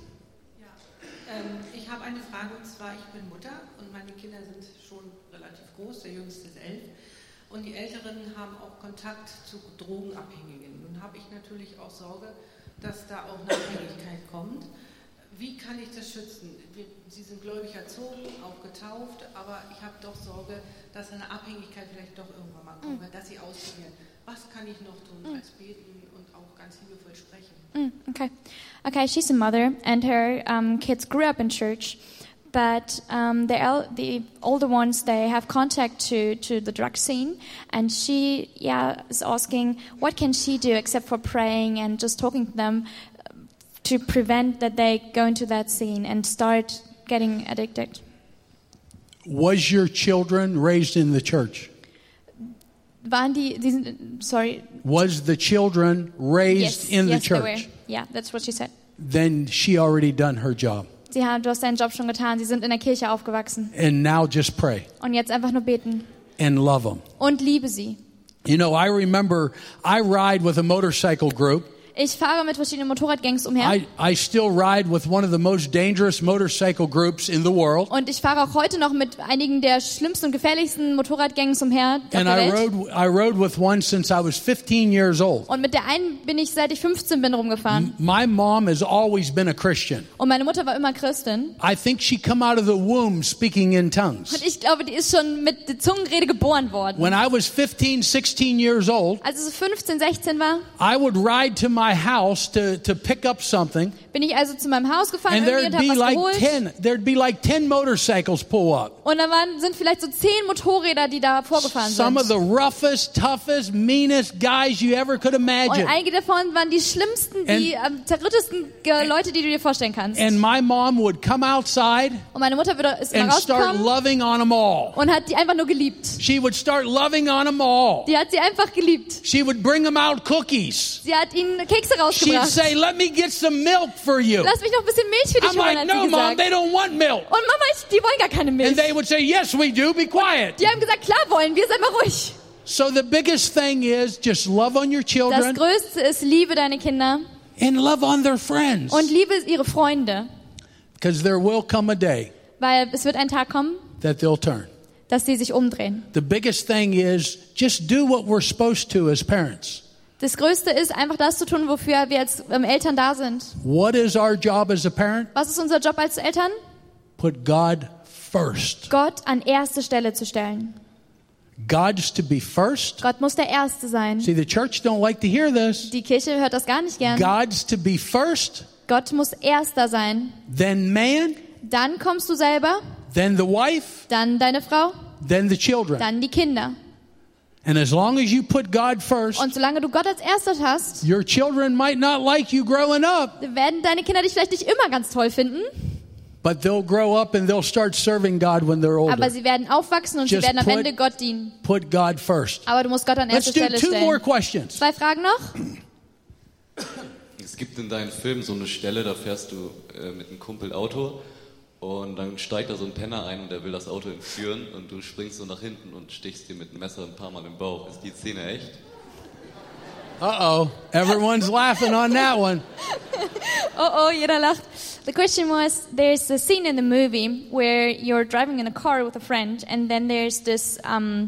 Ähm, ich habe eine Frage, und zwar, ich bin Mutter und meine Kinder sind schon relativ groß, der jüngste ist elf. Und die Älteren haben auch Kontakt zu Drogenabhängigen. Nun habe ich natürlich auch Sorge, dass da auch eine Abhängigkeit kommt. Wie kann ich das schützen? Wir, sie sind gläubig erzogen, auch getauft, aber ich habe doch Sorge, dass eine Abhängigkeit vielleicht doch irgendwann mal kommt, mm. dass sie ausprobieren. Was kann ich noch tun mm. als beten und auch ganz liebevoll sprechen? Mm, okay. Okay, she's a mother, and her um, kids grew up in church, but um, the, el- the older ones, they have contact to, to the drug scene, and she, yeah, is asking, what can she do except for praying and just talking to them to prevent that they go into that scene and start getting addicted? Was your children raised in the church? Waren die, die sind, sorry. Was the children raised Yes, in the yes, they were. church? Yeah, that's what she said. Then she already done her job. Sie haben, du hast deinen Job schon getan. Sie sind in der Kirche aufgewachsen. And now just pray Und jetzt einfach nur beten. and love them. Und liebe sie. You know, I remember I ride with a motorcycle group. Ich fahre mit verschiedenen Motorradgangs umher. I, I still ride with one of the most dangerous motorcycle groups in the world. Und ich fahre auch heute noch mit einigen der schlimmsten und gefährlichsten Motorradgangs umher auf And der I Welt. rode, I rode with one since I was fifteen years old. Und mit der einen bin ich, seit ich fünfzehn bin, rumgefahren. My mom has always been a Christian. Und meine Mutter war immer Christin. I think she come out of the womb speaking in tongues. Und ich glaube, die ist schon mit der Zungenrede geboren worden. When I was fifteen, sixteen years old, Als ich so fünfzehn, sechzehn war, I would ride to my house to, to pick up something, bin ich also zu meinem Haus gefahren and irgendwie there'd und habe be was like geholt. ten, there'd be like ten motorcycles pull up. Und da waren, sind vielleicht so zehn Motorräder, die da vorgefahren Some of sind. the roughest, toughest, meanest guys you ever could Und imagine. einige davon waren die schlimmsten, die ähm, zerrittesten äh, Leute, die du dir vorstellen kannst. And my mom would come outside Und meine Mutter würde, ist immer and start rausgekommen loving on them all. und hat die einfach nur geliebt. She would start loving on them all. Die hat sie einfach geliebt. She would bring them out cookies. Sie hat ihnen Kekse She'd rausgebracht. say, let me get some milk for you. Lass mich noch ein bisschen Milch für dich I'm holen, like, hat no, sie mom, gesagt. they don't want milk. Und Mama, ich, die wollen gar keine Milch. And they would say, yes, we do. Be quiet. Die haben gesagt, klar wollen wir, sei mal ruhig. So the biggest thing is just love on your Das children Größte ist, liebe deine Kinder and love on their friends. und liebe ihre Freunde. Because there will come a day Weil es wird ein Tag kommen, that they'll turn. dass sie sich umdrehen. The biggest thing is just do what we're supposed to as parents. Das Größte ist, einfach das zu tun, wofür wir als ähm, Eltern da sind. What is our job as a parent? Was ist unser Job als Eltern? Put God first. Gott an erste Stelle zu stellen. God's to be first. Gott muss der Erste sein. See, the church don't like to hear this. Die Kirche hört das gar nicht gern. God's to be first, Gott muss Erster sein. then man, Dann kommst du selber, then the wife, dann deine Frau, then the children. dann die Kinder. And as long as you put God first, Und solange du Gott als Erster hast, your children might not like you growing up, werden deine Kinder dich vielleicht nicht immer ganz toll finden, but they'll grow up and they'll start serving God when they're aber older. sie werden aufwachsen und Just sie werden am put- Ende Gott dienen. Put God first. Aber du musst Gott an Let's erste do Stelle two more stellen. questions. Zwei Fragen noch? Es gibt in deinem Film so eine Stelle, da fährst du äh, mit einem Kumpel Auto und dann steigt da so ein Penner ein und der will das Auto entführen und du springst so nach hinten und stichst dir mit dem Messer ein paar Mal im Bauch. Ist die Szene echt? Uh-oh. Everyone's laughing on that one. Oh oh, jeder lacht. The question was, there's a scene in the movie where you're driving in a car with a friend, and then there's this, um,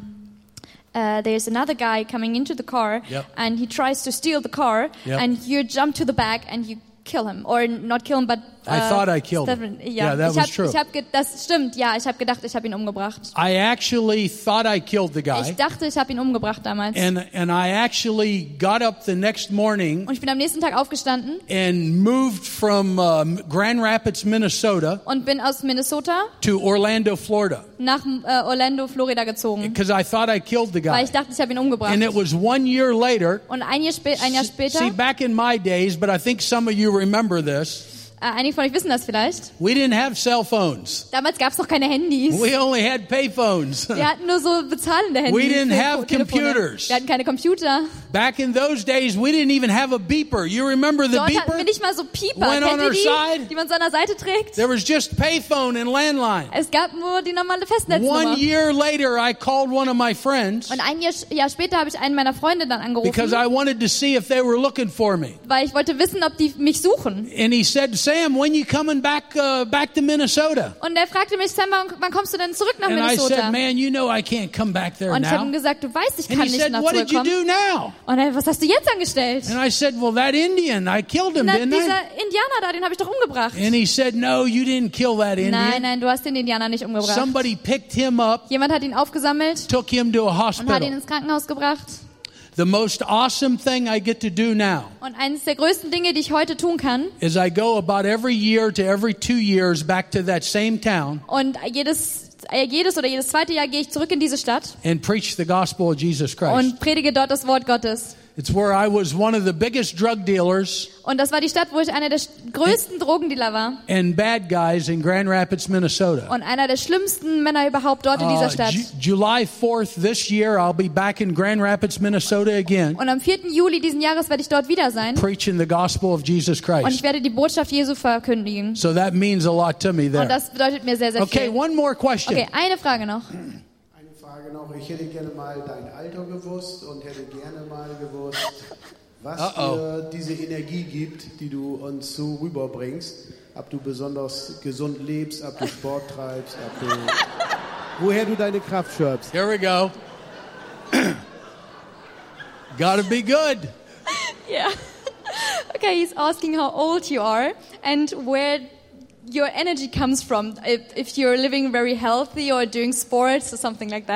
uh, there's another guy coming into the car, Yep. and he tries to steal the car, Yep. and you jump to the back and you kill him, or not kill him, but uh, I thought I killed him. Stephen, ja, Yeah, that ich was hab, true. Ich hab ge- das stimmt, ja, ich habe gedacht, ich habe ihn umgebracht. I actually thought I killed the Ich guy. dachte, ich habe ihn umgebracht damals. And, and I actually got up the next morning Und ich bin am nächsten Tag aufgestanden and moved from um, Grand Rapids, Minnesota und bin aus Minnesota to Orlando, Florida. nach äh, Orlando, Florida gezogen, Because I thought I killed the weil guy. ich dachte, ich habe ihn umgebracht. And it was one year later. Und ein Jahr, spä- ein Jahr später, See, back in my days, but I think some of you remember this, äh, einige von euch wissen das vielleicht, we didn't have cell phones. damals gab es noch keine Handys. We only had payphones. Wir hatten nur so bezahlende Handys. We didn't für have Telefone. computers. Wir hatten keine Computer. Back in those days, we didn't even have a beeper. You remember the Dort hatten beeper? wir nicht mal so Pieper. Went on Kennt ihr our die, side. die man so an der Seite trägt? There was just payphone and landline. Es gab nur die normale Festnetznummer. One year later, I called one of my friends Und ein Jahr, Jahr später habe ich einen meiner Freunde dann angerufen, because I wanted to see if they were looking for me. weil ich wollte wissen, ob die mich suchen. And he said, Sam, when you coming back uh, back to Minnesota? Und er fragte mich, Sam, wann, wann kommst du denn zurück nach And I Minnesota? said, man, you know I can't come back there Und ich habe ihm now. gesagt, du weißt, ich And kann he nicht said, nach what did you zurückkommen. do now? Und er, was hast du jetzt angestellt? And I said, well, that Indian, I killed him, Na, didn't dieser I? Indianer da, den habe ich doch umgebracht. And he said, no, you didn't kill that Nein, Indian. nein, du hast den Indianer nicht umgebracht. Somebody picked him up, Jemand hat ihn aufgesammelt took him to a und hat ihn hospital. ins Krankenhaus gebracht. The most awesome thing I get to do now Und eines der größten Dinge, die ich heute tun kann, is I go about every year to every two years back to that same town und jedes, äh, jedes oder jedes zweite Jahr gehe ich zurück in diese Stadt and preach the gospel of Jesus Christ. und predige dort das Wort Gottes. It's where I was one of the biggest drug dealers Und das war die Stadt, wo ich einer der sch- größten Drogendealer war and bad guys in Grand Rapids, Minnesota. und einer der schlimmsten Männer überhaupt dort in dieser Uh, Stadt. Ju- July fourth this year, I'll be back in Grand Rapids, Minnesota again, Und am vierten Juli diesen Jahres werde ich dort wieder sein preaching the gospel of Jesus und ich Christ. werde die Botschaft Jesu verkündigen. So that means a lot to me Und there. das bedeutet mir sehr, sehr Okay, viel. one more question. Okay, eine Frage noch. Eine Frage noch. Ich hätte gerne mal dein Alter gewusst und hätte gerne mal gewusst, was Uh-oh. dir diese Energie gibt, die du uns so rüberbringst. Ob du besonders gesund lebst, ob du Sport treibst, ob du, woher du deine Kraft schöpfst. Here we go. Gotta be good. Yeah. Okay, he's asking how old you are and where your energy comes from. If, if you're living very healthy or doing sports or something like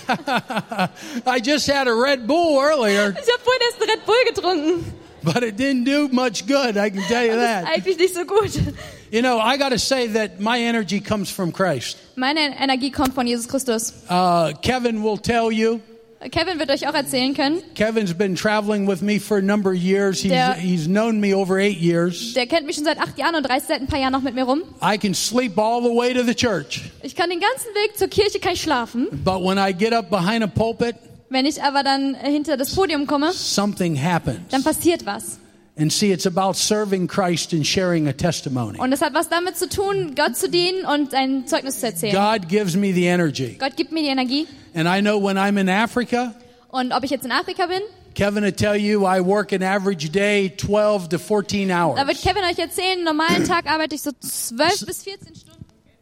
that. I just had a Red Bull earlier, Ich habe vorhin erst einen Red Bull getrunken. but it didn't do much good, I can tell you Das ist that. eigentlich nicht so gut. You know, I gotta say that my energy comes from Christ. Meine Energie kommt von Jesus Christus. Uh, Kevin will tell you. Kevin wird euch auch erzählen können. Kevin's been traveling with me for a number of years. He's, Der- he's known me over eight years. Der kennt mich schon seit acht Jahren und reist seit ein paar Jahren noch mit mir rum. I can sleep all the way to the church, Ich kann den ganzen Weg zur Kirche kann ich schlafen. but when I get up behind a pulpit, Wenn ich aber dann hinter das Podium komme, something happens. dann passiert was. And see, it's about serving Christ and sharing a testimony. Und es hat was damit zu tun, Gott zu dienen und ein Zeugnis zu erzählen. God gives me the energy. Gott gibt mir die Energie. And I know when I'm in Africa, Und ob ich jetzt in Afrika bin, Kevin will tell you I work an average day twelve to fourteen da wird hours. Kevin euch erzählen, einen normalen Tag arbeite ich so zwölf bis vierzehn Stunden.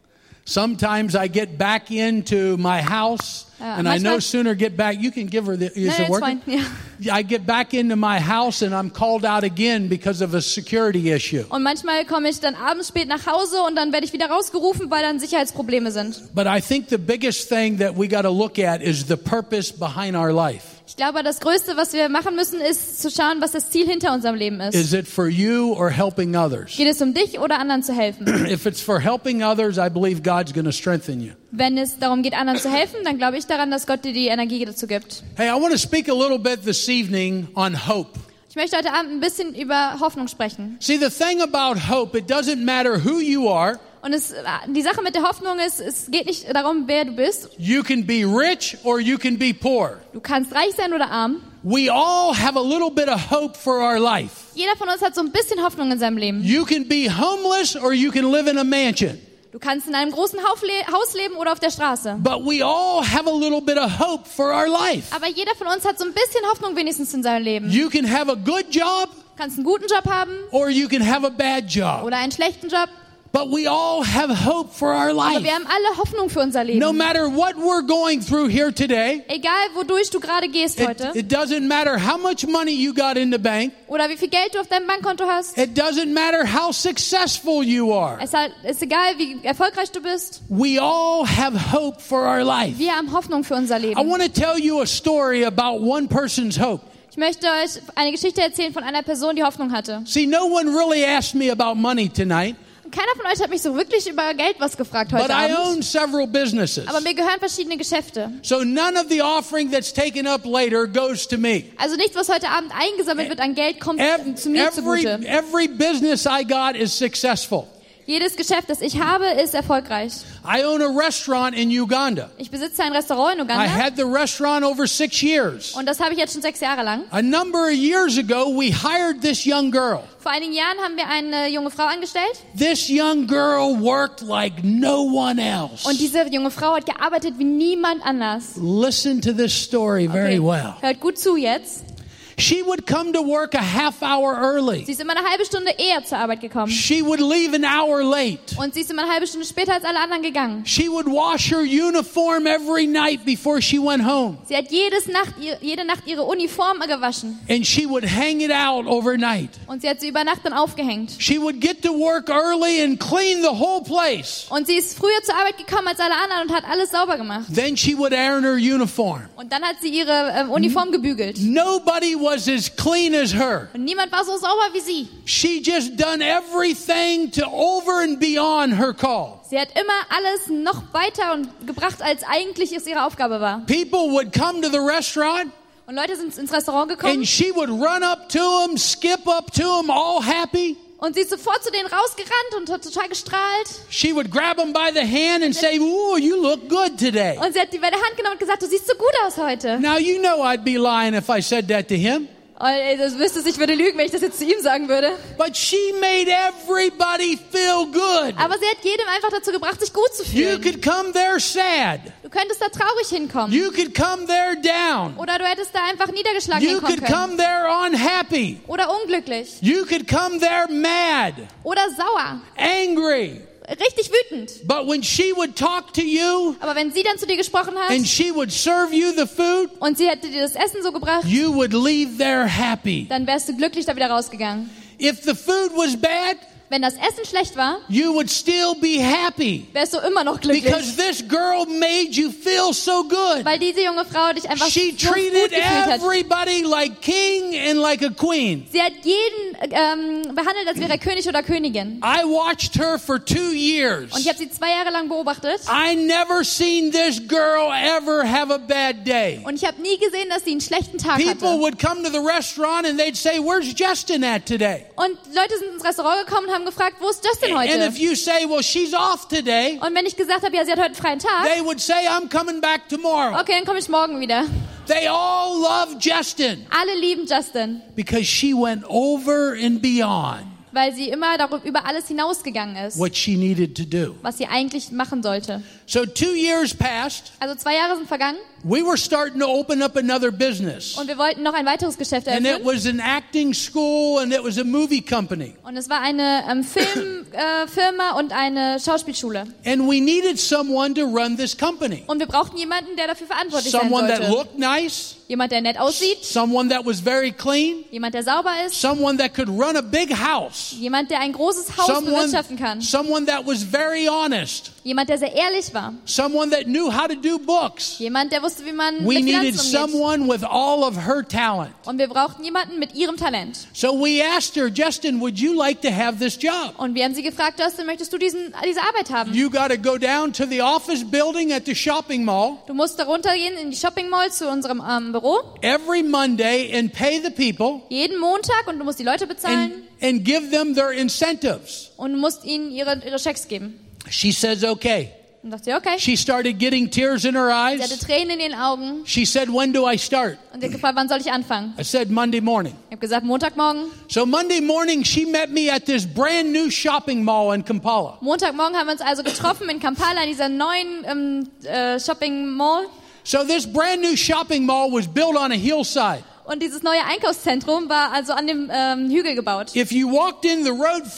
Sometimes I get back into my house, Ja, and I no manchmal- sooner get back. You can give her the. Is Nein, it nein, ist working? fein. Ja. I get back into my house, and I'm called out again because of a security issue. Und manchmal komme ich dann abends spät nach Hause und dann werde ich wieder rausgerufen, weil dann Sicherheitsprobleme sind. But I think the biggest thing that we got to look at is the purpose behind our life. Ich glaube, das Größte, was wir machen müssen, ist zu schauen, was das Ziel hinter unserem Leben ist. Is it for you or helping others? Geht es um dich oder anderen zu helfen? If it's for helping others, I believe God's going to strengthen you. Wenn es darum geht, anderen zu helfen, dann glaube ich daran, dass Gott dir die Energie dazu gibt. Hey, I want to speak a little bit this evening on hope. Ich möchte heute Abend ein bisschen über Hoffnung sprechen. See, the thing about hope, it doesn't matter who you are. Und es, die Sache mit der Hoffnung ist, es geht nicht darum, wer du bist. You can be rich or you can be poor. Du kannst reich sein oder arm. We all have a little bit of hope for our life. Jeder von uns hat so ein bisschen Hoffnung in seinem Leben. You can be homeless or you can live in a mansion. Du kannst in einem großen Haufle- Haus leben oder auf der Straße. But we all have a little bit of hope for our life. Aber jeder von uns hat so ein bisschen Hoffnung wenigstens in seinem Leben. You can have a good job Du kannst einen guten Job haben or you can have a bad job. oder einen schlechten Job. But we all have hope for our Aber life. wir haben alle Hoffnung für unser Leben. No matter what we're going through here today, Egal, wodurch du gerade gehst it, heute. it doesn't matter how much money you got in the bank. Oder wie viel Geld du auf deinem Bankkonto hast. It doesn't matter how successful you are. Es ist egal, wie erfolgreich du bist. We all have hope for our life. Wir haben Hoffnung für unser Leben. I want to tell you a story about one person's hope. Ich möchte euch eine Geschichte erzählen von einer Person, die Hoffnung hatte. See, no one really asked me about money tonight, Keiner von euch hat mich so wirklich über Geld was gefragt but heute I own Abend. several businesses. Aber mir gehören verschiedene Geschäfte. So none of the offering that's taken up later goes to me. Also nichts, was heute Abend eingesammelt wird an Geld, kommt Ev- zu mir Every, zugute. every business I got is successful. Jedes Geschäft, das ich habe, ist erfolgreich. I own a restaurant in Uganda. Ich besitze ein Restaurant in I Uganda had the restaurant over six years. und das habe ich jetzt schon sechs Jahre lang. A number of years ago, we hired this young girl. Vor einigen Jahren haben wir eine junge Frau angestellt This young girl worked like no one else. und diese junge Frau hat gearbeitet wie niemand anders. Listen to this story very well. Hört gut zu jetzt. She would come to work a half hour early. Sie ist immer eine halbe Stunde eher zur Arbeit gekommen. She would leave an hour late. Und sie ist immer eine halbe Stunde später als alle anderen gegangen. She would wash her uniform every night before she went home. Sie hat jedes Nacht, jede Nacht ihre Uniform gewaschen. And she would hang it out overnight. Und sie hat sie über Nacht dann aufgehängt. She would get to work early and clean the whole place. Und sie ist früher zur Arbeit gekommen als alle anderen und hat alles sauber gemacht. Then she would iron her uniform. Und dann hat sie ihre ähm, Uniform gebügelt. Nobody was as clean as her. Und niemand war so sauber wie sie. She just done everything to over and beyond her call. Sie hat immer alles noch weiter und gebracht, als eigentlich es ihre Aufgabe war. People would come to the restaurant Und Leute sind ins Restaurant gekommen and she would run up to them, skip up to them, all happy. und sie ist sofort zu denen rausgerannt und hat total gestrahlt. She would grab them by the hand and say, "Ooh, you look good today." Und sie hat die bei der Hand genommen und gesagt, du siehst so gut aus heute. Now you know I'd be lying if I said that to him. Und du wüsstest, ich würde lügen, wenn ich das jetzt zu ihm sagen würde. But she made everybody feel good. Aber sie hat jedem einfach dazu gebracht, sich gut zu You fühlen. could come there sad. Du könntest da traurig hinkommen. You could come there down. Oder du hättest da einfach niedergeschlagen You hinkommen could können. come there unhappy. Oder unglücklich. You could come there mad, Oder sauer. angry. Richtig wütend. But when she would talk to you Aber wenn sie dann zu dir gesprochen hat and she would serve you the food, und sie hätte dir das Essen so gebracht, you would leave there happy. dann wärst du glücklich da wieder rausgegangen. If the food was bad, Wenn das Essen schlecht war, you would still be happy wärst du immer noch glücklich. because this girl made you feel so good. Weil diese junge Frau dich einfach She so gut treated gefühlt hat. everybody like king and like a queen. Sie hat jeden ähm, behandelt, als wäre er König oder Königin. I watched her for two years. Und ich habe sie zwei Jahre lang beobachtet. I never seen this girl ever have a bad day. Und ich habe nie gesehen, dass sie einen schlechten Tag People hatte. would come to the restaurant and they'd say, "Where's Justin at today?" Und Leute sind ins Restaurant gekommen und haben gefragt, wo ist Justin And heute? if you say, "Well, she's off today," Und wenn ich gesagt habe, ja, sie hat heute einen freien Tag, they would say, "I'm coming back tomorrow." okay, dann komme ich morgen wieder. They all love Justin Alle lieben Justin, because she went over and beyond weil sie immer darüber, über alles hinausgegangen ist, what she needed to do. was sie eigentlich machen sollte. So two years passed. Also zwei Jahre sind vergangen We were starting to open up another business. und wir wollten noch ein weiteres Geschäft And it eröffnen. was an acting school and it was a movie company. Und es war eine ähm, Filmfirma äh, Firma und eine Schauspielschule. And we needed someone to run this company. Und wir brauchten jemanden, der dafür verantwortlich sein Someone that sollte. looked nice, Jemand, der nett aussieht, someone that was very clean, jemand, der sauber ist, someone that could run a big house, jemand, der ein großes Haus someone, bewirtschaften kann, someone that was very honest, jemand, der sehr ehrlich war, someone that knew how to do books. jemand, der wusste, wie man We mit needed Finanzen umgeht. someone with all of her talent. Und wir brauchten jemanden mit ihrem Talent. So we asked her, Justin, would you like to have this job? Und wir haben sie gefragt, Justin, möchtest du diesen, diese Arbeit haben? You got to go down to the office building at the shopping mall Du musst da runtergehen in die Shopping Mall zu unserem ähm, Büro, every Monday and pay the people jeden Montag, und du musst die Leute bezahlen and, and give them their incentives. und du musst ihnen ihre, ihre Schecks geben. She says, okay. Und dachte ich, okay. She started getting tears in her Sie hatte eyes. Tränen in den Augen She said, when do I start? und sie hat gefragt, wann soll ich anfangen? I said, Monday morning. Ich habe gesagt, Montagmorgen. So Monday morning, she met me at this brand new shopping mall in Kampala. Montagmorgen haben wir uns also getroffen in Kampala, in dieser neuen ähm, äh, Shopping Mall. So this brand new shopping mall was built on a hillside. Und dieses neue Einkaufszentrum war also an dem ähm, Hügel gebaut. If you walked in the road front,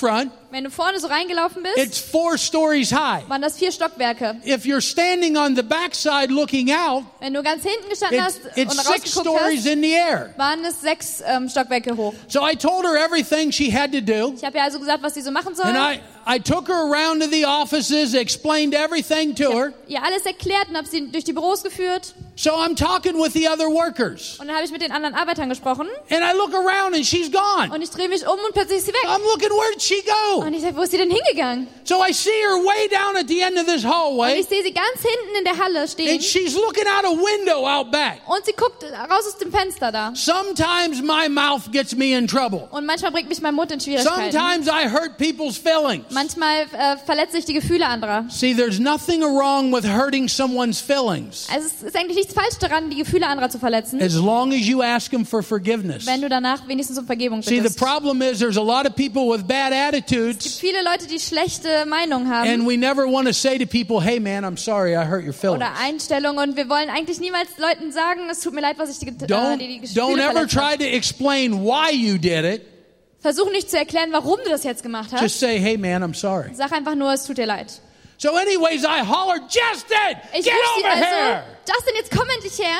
Wenn du vorne so reingelaufen bist, it's four stories high. waren das vier Stockwerke. If you're standing on the backside looking out, Wenn du ganz hinten gestanden it's, hast it's und six rausgeguckt stories hast, in the air. waren es sechs ähm, Stockwerke hoch. So I told her everything she had to do. Ich habe ihr also gesagt, was sie so machen soll. And I, I took her around to the offices, explained everything to her. Ihr alles erklärt und habe sie durch die Büros geführt. So I'm talking with the other workers. Und dann habe ich mit den anderen Arbeitern gesprochen. And I look around and she's gone. Und ich drehe mich um und plötzlich ist sie weg. I'm looking, where'd she go? Und ich sage, wo ist sie denn hingegangen? So I see her way down at the end of this Und hallway. ich sehe sie ganz hinten in der Halle stehen. And she's looking out a window out back. Und sie guckt raus aus dem Fenster da. Sometimes my mouth gets me in trouble. Und manchmal bringt mich mein Mund in Schwierigkeiten. Sometimes I hurt people's feelings. Manchmal äh, verletze ich die Gefühle anderer. See, there's nothing wrong with hurting someone's feelings Also es ist eigentlich nichts falsch daran, die Gefühle anderer zu verletzen, as long as you ask them for forgiveness. wenn du danach wenigstens um Vergebung See, the bittest. problem is there's a lot of people with bad Es gibt attitudes, viele Leute, die schlechte Meinungen haben and we never want to say to people, hey man, I'm sorry I hurt your feelings. oder Einstellungen und wir wollen eigentlich niemals Leuten sagen, es tut mir leid, was ich dir get- äh, Don't, dir die don't Gefühle ever verletzt try habe. to explain why you did it. Versuch nicht zu erklären, warum du das jetzt gemacht hast. Just say, hey man, I'm sorry. Sag einfach nur, es tut dir leid. So anyways, I holler, Justin, Ich get rufe sie over also, here. Justin, jetzt komm endlich her.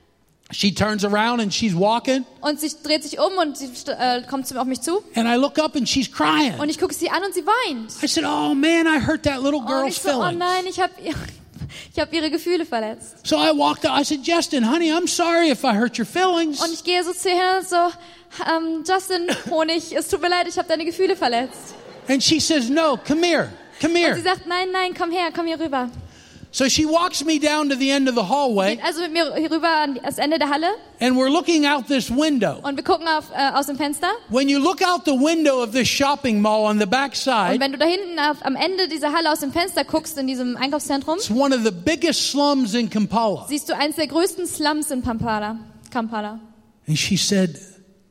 She turns around and she's walking, Und sie dreht sich um und sie äh, kommt zu, auf mich zu. and I look up and she's crying. Und ich gucke sie an und sie weint. I said, oh man, I hurt that little Und girl's ich so, oh feelings. nein, ich habe ich hab ihre Gefühle verletzt. So I walked out. I said, Justin, honey, I'm sorry if I hurt your feelings. Und ich gehe so zu ihr und so, ähm, Justin, Honig, es tut mir leid, ich habe deine Gefühle verletzt. And she says, no, come here, come Und sie here. sagt, nein, nein, komm her, komm hier rüber. So she walks me down to the end of the hallway, Geht also mit mir hier rüber an das Ende der Halle and we're looking out this window. und wir gucken auf, äh, aus dem Fenster. When you look out the window of this shopping mall on the Und backside, wenn du da hinten auf, am Ende dieser Halle aus dem Fenster guckst, in diesem Einkaufszentrum, it's one of the biggest slums in Kampala. siehst du eins der größten Slums in Pampala, Kampala. And she said,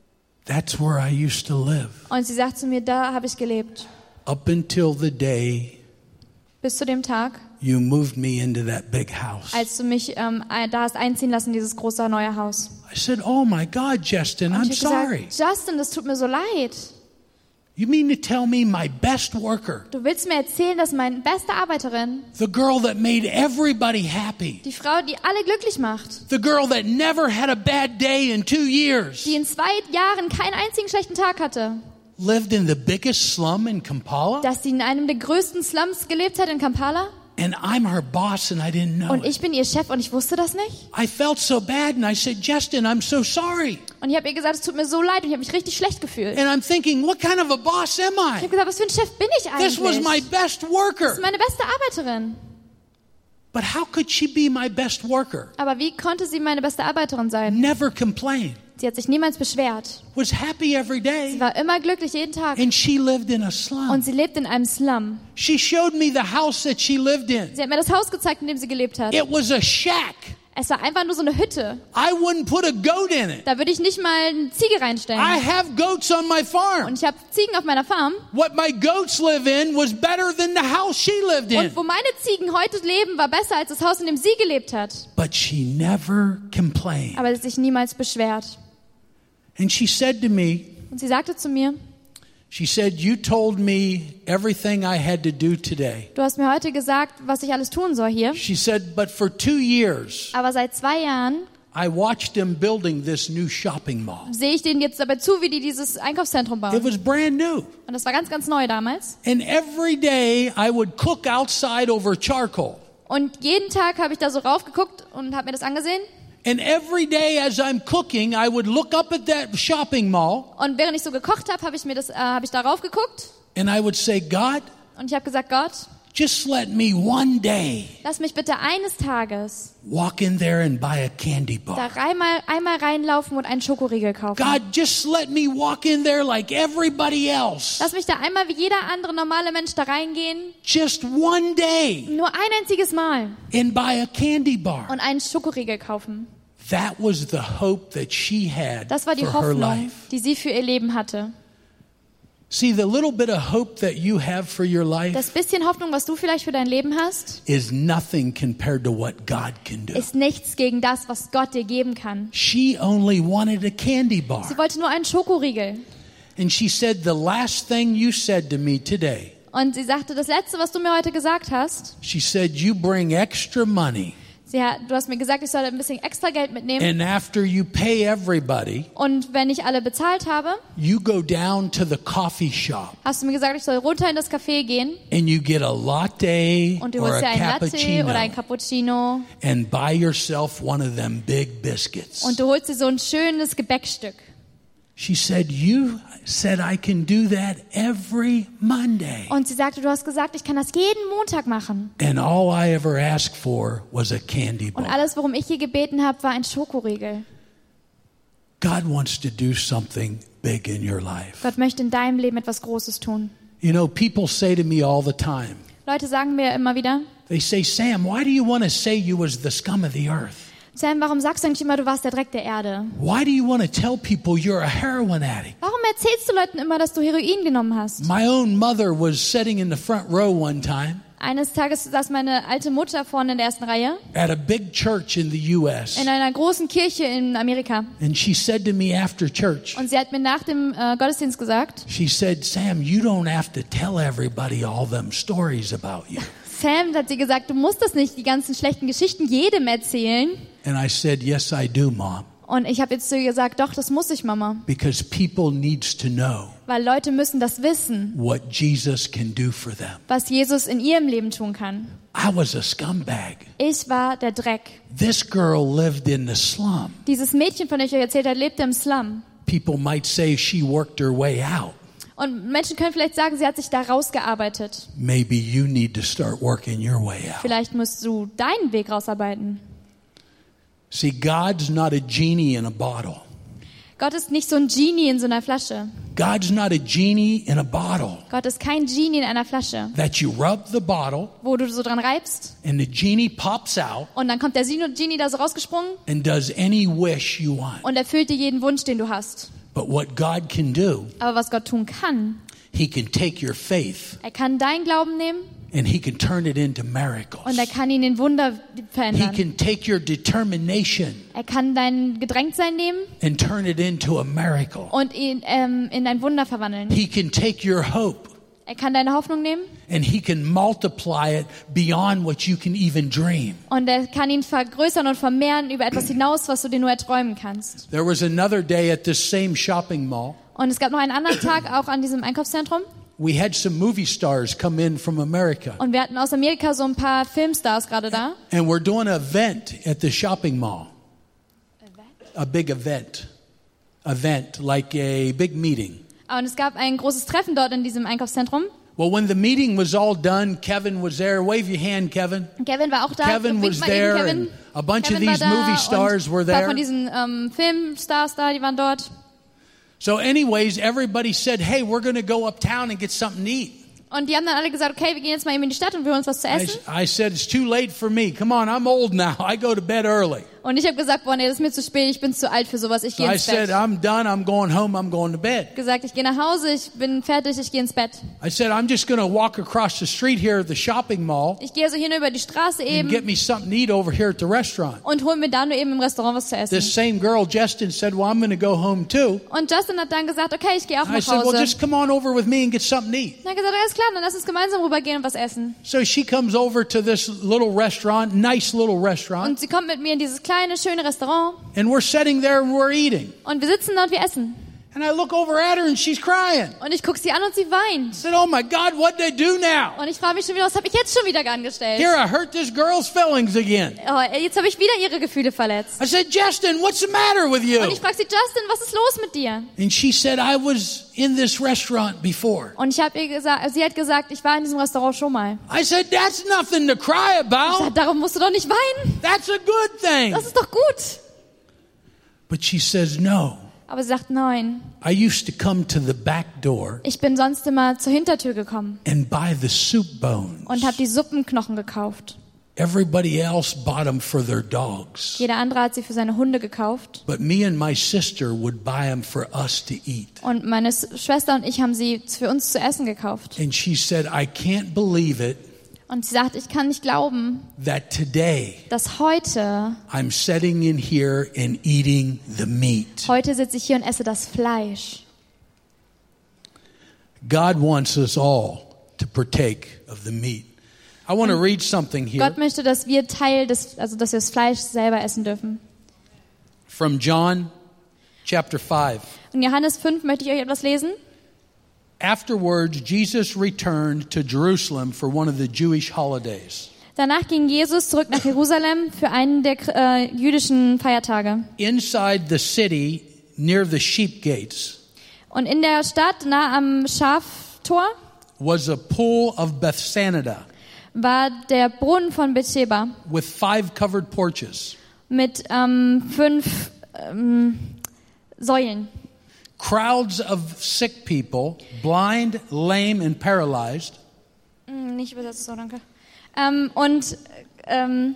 that's where I used to live Und sie sagt zu mir, da habe ich gelebt. up until the day Bis zu dem Tag, you moved me into that big house. als du mich ähm, ein- da hast einziehen lassen, dieses große neue Haus. I said, oh my God, Justin, Und I'm ich habe sorry. gesagt, Justin, das tut mir so leid. You mean to tell me my best worker, Du willst mir erzählen, dass meine beste Arbeiterin, the girl that made everybody happy, die Frau, die alle glücklich macht, the girl that never had a bad day in two years, die in zwei Jahren keinen einzigen schlechten Tag hatte, lived in the biggest slum in Kampala? dass sie in einem der größten Slums gelebt hat in Kampala? And I'm her boss and I didn't know Und it. ich bin ihr Chef und ich wusste das nicht? I felt so bad and I said, Justin, I'm so sorry. Und ich habe ihr gesagt, es tut mir so leid und ich habe mich richtig schlecht gefühlt. And I'm thinking, what kind of a boss am Ich habe I? gesagt, was für ein Chef bin ich eigentlich? This was my best Das worker. ist meine beste Arbeiterin. But how could she be my best worker? Aber wie konnte sie meine beste Arbeiterin sein? Never complain. Sie hat sich niemals beschwert. Was happy every Sie day. war immer glücklich, jeden Tag. And she lived in a slum. Und sie lebt in einem Slum. She showed me the house that she lived in. Sie hat mir das Haus gezeigt, in dem sie gelebt hat. It was a shack. Es war einfach nur so eine Hütte. I wouldn't put a goat in it. Da würde ich nicht mal eine Ziege reinstellen. I have goats on my farm. Und ich habe Ziegen auf meiner Farm. What my goats live in was better than the house she lived in. Und wo meine Ziegen heute leben, war besser als das Haus, in dem sie gelebt hat. But she never complained. Aber sie hat sich niemals beschwert. And she said to me, Und sie sagte zu mir, she said, you told me everything I had to do today. du hast mir heute gesagt, was ich alles tun soll hier. She said, but for two years, Aber seit zwei Jahren I watched them building this new shopping mall. sehe ich denen jetzt dabei zu, wie die dieses Einkaufszentrum It bauen. was brand new. Und das war ganz, ganz neu damals. And every day I would cook outside over charcoal. Und jeden Tag habe ich da so raufgeguckt und habe mir das angesehen. And every day as I'm cooking, I would look up at that shopping mall Und während ich so gekocht habe, habe ich mir das, äh, habe ich da raufgeguckt. and I would say, God, Und ich habe gesagt, Gott, just let me one day lass mich bitte eines Tages walk in there and buy a candy da bar. einmal, einmal reinlaufen und einen Schokoriegel kaufen. God, just let me walk in there like everybody else. Lass mich da einmal wie jeder andere normale Mensch da reingehen. Just one day Nur ein einziges Mal. and buy a candy bar. Und einen Schokoriegel kaufen. That was the hope that she had Das war die for her Hoffnung, life. die sie für ihr Leben hatte. See, the little bit of hope that you have for your life Das bisschen Hoffnung, was du vielleicht für dein Leben hast, is nothing compared to what God can do. ist nichts gegen das, was Gott dir geben kann. She only wanted a candy bar. Sie wollte nur einen Schokoriegel. And she said, the last thing you said to me today. Und sie sagte, das Letzte, was du mir heute gesagt hast, She said, you bring extra money. sie hat, du hast mir gesagt, ich soll ein bisschen extra Geld mitnehmen. And after you pay everybody, Und wenn ich alle bezahlt habe, you go down to the coffee shop hast du mir gesagt, ich soll runter in das Café gehen and you get a latte und du or holst a dir ein Latte oder ein cappuccino Cappuccino and buy yourself one of them big biscuits. und du holst dir so ein schönes Gebäckstück. She said, you said I can do that every Monday. Und sie sagte, du hast gesagt, ich kann das jeden Montag machen. And all I ever asked for was a candy Und bar. alles, worum ich je gebeten habe, war ein Schokoriegel. God wants to do something big in your life. Gott möchte in deinem Leben etwas Großes tun. You know, people say to me all the time, Leute sagen mir immer wieder, they say, Sam, why do you want to say you was the scum of the earth? Sam, warum sagst du eigentlich immer, du warst der Dreck der Erde? Why do you want to tell people you're a heroin addict? Warum erzählst du Leuten immer, dass du Heroin genommen hast? My own mother was sitting in the front row one time Eines Tages saß meine alte Mutter vorne in der ersten Reihe at a big church in the U S in einer großen Kirche in Amerika. And she said to me after church, Und sie hat mir nach dem äh, Gottesdienst gesagt, she said, Sam, you don't have to tell everybody all them stories about you. Sam, hat sie gesagt, du musst das nicht, die ganzen schlechten Geschichten jedem erzählen. And I said, yes, I do, Mom. Und ich habe jetzt zu ihr gesagt, doch, das muss ich, Mama. Because people needs to know Weil Leute müssen das wissen, what Jesus can do for them. was Jesus in ihrem Leben tun kann. I was a scumbag. Ich war der Dreck. This girl lived in the slum. Dieses Mädchen, von dem ich euch erzählt habe, lebte im Slum. People might say she worked her way out. Und Menschen können vielleicht sagen, sie hat sich da rausgearbeitet. Maybe you need to start working your way out. Vielleicht musst du deinen Weg rausarbeiten. See, God's not a genie in a bottle. Gott ist nicht so ein Genie in so einer Flasche. God's not a genie in a bottle Gott ist kein Genie in einer Flasche, that you rub the bottle wo du so dran reibst and the genie pops out und dann kommt der Genie da so rausgesprungen and does any wish you want. und erfüllt dir jeden Wunsch, den du hast. But what God can do, Aber was Gott tun kann, He can take your faith er kann deinen Glauben nehmen and He can turn it into miracles. und er kann ihn in Wunder He verändern. can take your determination Er kann dein Gedrängtsein nehmen and turn it into a miracle. und ihn ähm, in ein Wunder verwandeln. He can take your hope Er kann deine Hoffnung nehmen and He can multiply it beyond what you can even dream. und er kann ihn vergrößern und vermehren über etwas hinaus, was du dir nur erträumen kannst. There was another day at this same shopping mall. Und es gab noch einen anderen Tag auch an diesem Einkaufszentrum We had some movie stars come in from America. und wir hatten aus Amerika so ein paar Filmstars gerade da. And we're doing an event at the shopping mall. A big event. Event, like a big meeting. Und es gab ein großes Treffen dort in diesem Einkaufszentrum. Well, when the meeting was all done, Kevin was there. Wave your hand, Kevin. Kevin war auch da. Kevin Wink was mal eben, there, Kevin. and a bunch Kevin of these war da movie stars und were ein paar there. von diesen ähm, Filmstars da, die waren dort. So anyways, everybody said, hey, we're going to go uptown and get something to eat. Und die haben dann alle gesagt, okay, wir gehen jetzt mal eben in die Stadt und wir holen uns was zu I, essen. I said, it's too late for me. Come on, I'm old now. I go to bed early. Und ich habe gesagt, boah, nee, das ist mir zu spät, ich bin zu alt für sowas, ich So gehe I ins said, Bett. I'm done. I'm going home. I'm going to bed. Gesagt, ich gehe nach Hause, ich bin fertig, ich gehe ins Bett. I said, I'm just going to walk across the street here at the shopping mall Ich gehe also hier nur über die Straße and get eben me something to eat over here at the restaurant. und hol mir da nur eben im Restaurant was zu This essen. same girl, Justin, said, well, I'm going to go home too. Und Justin hat dann gesagt, okay, ich gehe auch I nach said, well, Hause. just come on over with me and get something to eat. Und er hat gesagt, alles klar, dann lass uns gemeinsam rübergehen und was essen. So she comes over to this little restaurant, nice little restaurant, Und sie kommt mit mir in dieses kleine, schöne Restaurant and we're sitting there and we're eating. und wir sitzen da und wir essen. And I look over at her and she's crying. Und ich gucke sie an und sie weint. I said, oh my God, what did I do now? Und ich frage mich schon wieder, was habe ich jetzt schon wieder angestellt? Here, I hurt this girl's feelings again. Oh, jetzt habe ich wieder ihre Gefühle verletzt. I said, Justin, what's the matter with you? Und ich frage sie, Justin, was ist los mit dir? And she said, I was in this restaurant before. Und ich habe ihr gesagt, sie hat gesagt, ich war in diesem Restaurant schon mal. I said, that's nothing to cry Ich about. sag, darum musst du doch nicht weinen. That's a good thing. Das ist doch gut. But she says, no. Aber sie sagt, nein. I used to come to the back door Ich bin sonst immer zur Hintertür gekommen and buy the soup bones. und habe die Suppenknochen gekauft. Everybody else bought them for their dogs. Jeder andere hat sie für seine Hunde gekauft. But me and my sister would buy them for us to eat. Und meine S- Schwester und ich haben sie für uns zu essen gekauft. And she said, I can't believe it Und sie sagt, ich kann nicht glauben, that today dass heute, I'm sitting in here and eating the meat. heute sitze ich hier und esse das Fleisch. God wants us all to partake of the meat. I want to read something here Gott möchte, dass wir Teil des, also dass wir das Fleisch selber essen dürfen. from John chapter five. In Johannes fünf möchte ich euch etwas lesen. Afterwards, Jesus returned to Jerusalem for one of the Jewish holidays. Danach ging Jesus zurück nach Jerusalem für einen der äh, jüdischen Feiertage. Inside the city, near the sheep gates, Und in der Stadt, nah am Schaftor, was a pool of Bethsaida war der Brunnen von Bethsheba with five covered porches. mit ähm, fünf ähm, Säulen. Crowds of sick people, blind, lame, and paralyzed, Hm, Nicht übersetzt, so danke. Ähm, und ähm,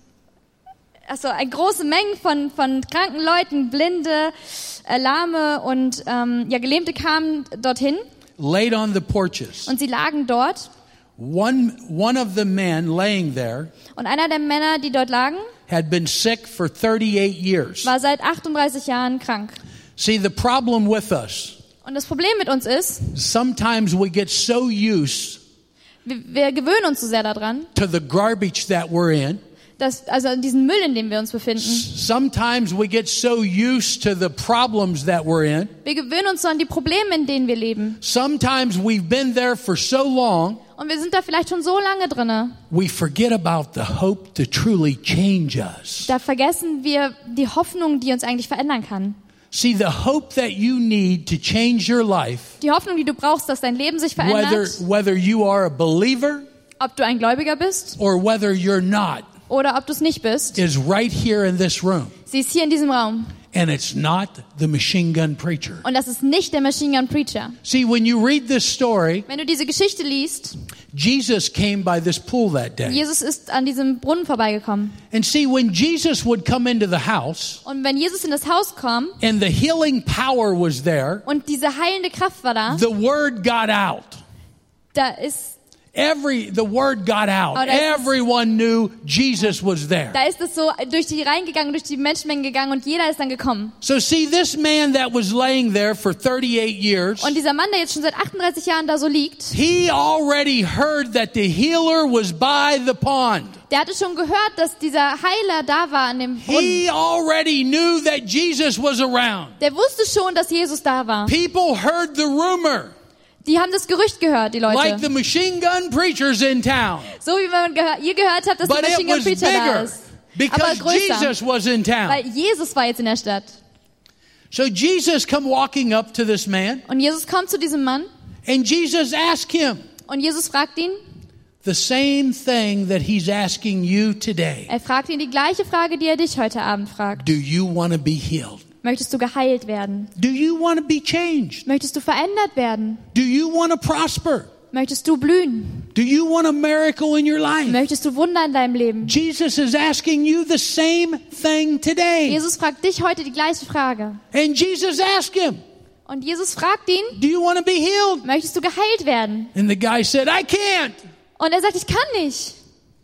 also eine große Menge von, von kranken Leuten, Blinde, äh, Lahme und ähm, ja, Gelähmte kamen dorthin laid on the porches. und sie lagen dort. One, one of the men laying there Und einer der Männer, die dort lagen, had been sick for thirty-eight years. war seit achtunddreißig Jahren krank. See, the problem with us, Und das Problem mit uns ist, sometimes we get so used wir, wir gewöhnen uns so sehr daran, to the garbage that we're in. dass, also an diesen Müll, in dem wir uns befinden. Sometimes we get so used to the problems that we're in. Wir gewöhnen uns so an die Probleme, in denen wir leben. Sometimes we've been there for so long, Und wir sind da vielleicht schon so lange drinne. we forget about the hope to truly change us. Da vergessen wir die Hoffnung, die uns eigentlich verändern kann. See, the hope that you need to change your life, Die Hoffnung, die du brauchst, dass dein Leben sich whether, verändert, whether you are a believer ob du ein Gläubiger bist or whether you're not, oder ob du es nicht bist, is right here in this room. sie ist hier in diesem Raum. And it's not the machine gun preacher. Und das ist nicht der Machine Gun Preacher. See, when you read this story, Wenn du diese Geschichte liest, Jesus came by this pool that day. Jesus ist an diesem Brunnen vorbeigekommen. And see, when Jesus would come into the house Und wenn Jesus in das Haus kam and the healing power was there, und diese heilende Kraft war da, the word got out. da ist Every, the word got out. Oh, da ist es- Everyone knew Jesus was there. Da ist es so durch die reingegangen, durch die Menschenmengen gegangen und jeder ist dann gekommen. So see, this man that was laying there for thirty-eight years, Und dieser Mann, der jetzt schon seit achtunddreißig Jahren da so liegt, he already heard that the healer was by the pond. der hatte schon gehört, dass dieser Heiler da war an dem Brunnen. He already knew that Jesus was around. Der wusste schon, dass Jesus da war. People heard the rumor, Die haben das Gerücht gehört, die like the Leute. machine gun preachers in town. So wie man gehör, ihr gehört habt, dass But der it Machine Gun was Preacher da bigger ist. because Aber größer, Jesus was in town. weil Jesus war jetzt in der Stadt. So Jesus come walking up to this man, Und Jesus kommt zu diesem Mann and Jesus asked him und Jesus fragt ihn, the same thing that he's asking you today. er fragt ihn die gleiche Frage, die er dich heute Abend fragt. Do you want to be healed? Möchtest du geheilt werden? Do you want to be changed? Möchtest du verändert werden? Do you want to prosper? Möchtest du blühen? Do you want a miracle in your life? Möchtest du Wunder in deinem Leben? Jesus is asking you the same thing today. Jesus fragt dich heute die gleiche Frage. And Jesus asked him, Und Jesus fragt ihn, do you want to be healed? möchtest du geheilt werden? And the guy said, I can't. Und er sagt, ich kann nicht.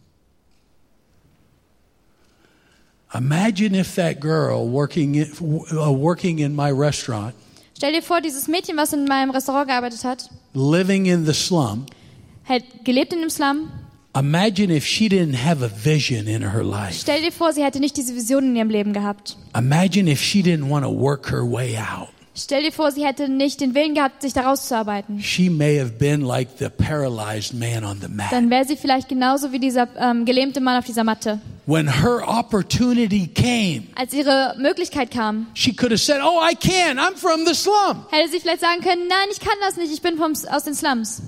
Imagine if that girl working in, uh, working in my restaurant, Stell dir vor, dieses Mädchen, was in meinem Restaurant gearbeitet hat, living in the slum, hat gelebt in dem Slum. imagine if she didn't have a vision in her life. Stell dir vor, sie hätte nicht diese Vision in ihrem Leben gehabt. Imagine if she didn't want to work her way out. Stell dir vor, sie hätte nicht den Willen gehabt, sich da rauszuarbeiten. She may have been like the paralyzed man on the mat. Dann wäre sie vielleicht genauso wie dieser ähm, gelähmte Mann auf dieser Matte. When her opportunity came, Als ihre Möglichkeit kam, she could have said, oh, I can't. I'm from the slum. hätte sie vielleicht sagen können, nein, ich kann das nicht, ich bin vom, aus den Slums.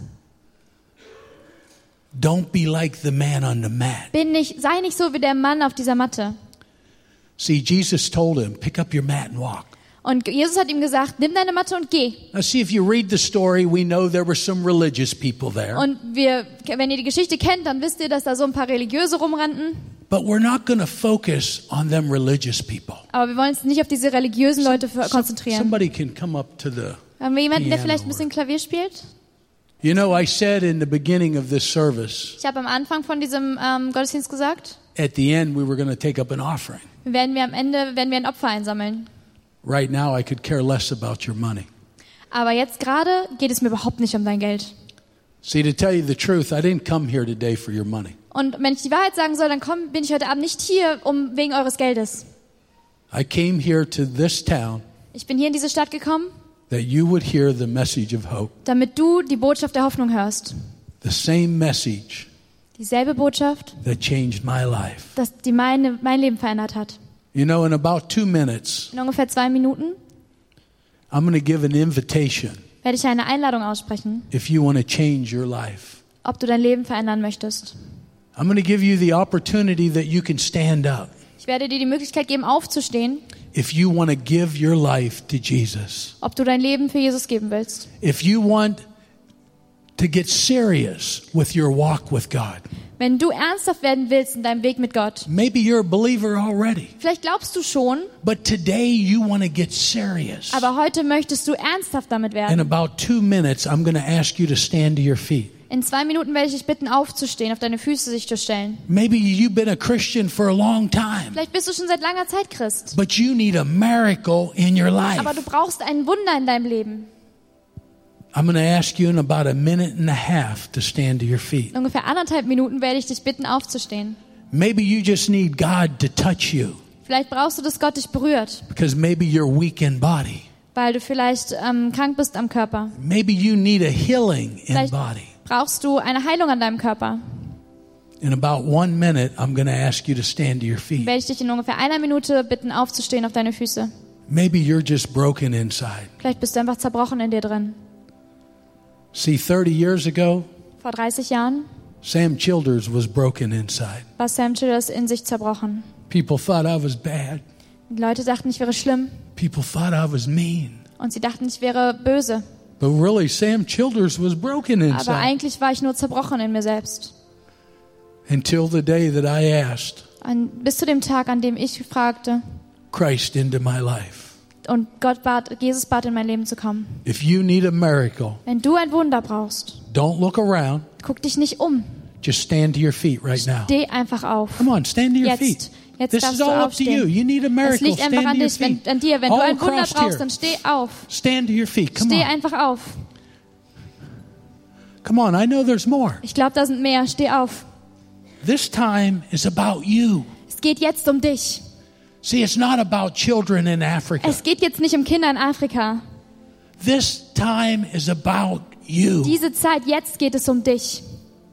Don't be like the man on the mat. Bin nicht, sei nicht so wie der Mann auf dieser Matte. See, Jesus told him, pick up your mat and walk. Und Jesus hat ihm gesagt, nimm deine Matte und geh. Now, see, if you read the story, we know there were some religious people there. Und wir, wenn ihr die Geschichte kennt, dann wisst ihr, dass da so ein paar Religiöse rumrannten. But we're not going to focus on them religious people. Aber wir wollen uns nicht auf diese religiösen Leute konzentrieren. Somebody can come up to the... Haben wir jemanden, der piano vielleicht ein bisschen Klavier spielt? You know, I said in the beginning of this service, Ich habe am Anfang von diesem ähm, Gottesdienst gesagt, at the end, we were going to take up an offering. werden wir am Ende werden wir ein Opfer einsammeln. Right now, I could care less about your money. Aber jetzt gerade geht es mir überhaupt nicht um dein Geld. See, to tell you the truth, I didn't come here today for your money. Und wenn ich die Wahrheit sagen soll, dann komm, bin ich heute Abend nicht hier um wegen eures Geldes. I came here to this town Ich bin hier in diese Stadt gekommen, that you would hear the message of hope. damit du die Botschaft der Hoffnung hörst. The same message Dieselbe Botschaft, that changed my life. dass die meine, mein Leben verändert hat. You know, in about two minutes, In ungefähr zwei Minuten I'm going to give an invitation werde ich eine Einladung aussprechen, if you want to change your life. ob du dein Leben verändern möchtest. I'm going to give you the opportunity that you can stand up Ich werde dir die Möglichkeit geben, aufzustehen, if you want to give your life to Jesus. ob du dein Leben für Jesus geben willst. If you want to get serious with your walk with God. Wenn du ernsthaft werden willst in deinem Weg mit Gott. Maybe you're a believer already. Vielleicht glaubst du schon, but today you want to get serious. Aber heute möchtest du ernsthaft damit werden. In about two minutes, I'm going to ask you to stand to your feet. In zwei Minuten werde ich dich bitten, aufzustehen, auf deine Füße sich zu stellen. Maybe you've been a Christian for a long time. Vielleicht bist du schon seit langer Zeit Christ. But you need a miracle in your life. Aber du brauchst ein Wunder in deinem Leben. I'm going to ask you in about a minute and a half to stand to your feet. In ungefähr anderthalb Minuten werde ich dich bitten, aufzustehen. Maybe you just need God to touch you. Vielleicht brauchst du, dass Gott dich berührt. Because maybe you're weak in body. Weil du vielleicht ähm, krank bist am Körper. Maybe you need a healing in Vielleicht body. brauchst du eine Heilung an deinem Körper. In about one minute, I'm going to ask you to stand to your feet. Werde ich dich in ungefähr einer Minute bitten, aufzustehen auf deine Füße. Maybe you're just broken inside. Vielleicht bist du einfach zerbrochen in dir drin. See, thirty years ago, Vor dreißig Jahren Sam Childers was broken inside. war Sam Childers in sich zerbrochen. People thought I was bad. Die Leute dachten, ich wäre schlimm. People thought I was mean. Und sie dachten, ich wäre böse. But really, Sam Childers was broken Aber inside. eigentlich war ich nur zerbrochen in mir selbst. Until the day that I asked An, bis zu dem Tag, an dem ich fragte Christ into my life. und Gott bat, Jesus bat, in mein Leben zu kommen. If you need a miracle, Wenn du ein Wunder brauchst, don't look around. guck dich nicht um. Just stand to your feet right now. Steh einfach auf. Come on, stand to your Jetzt. feet. Jetzt This darfst is du all up to you. aufstehen. You need a Es miracle. liegt einfach Stand an to your dich, wenn, feet. an dir. Wenn du All ein Wunder across brauchst, here. dann steh auf. Stand to your feet. Come Steh on. einfach auf. Come on, I know there's more. Ich glaube, da sind mehr. Steh auf. This time is about you. Es geht jetzt um dich. See, it's not about children in Africa. Es geht jetzt nicht um Kinder in Afrika. This time is about you. Diese Zeit, jetzt geht es um dich.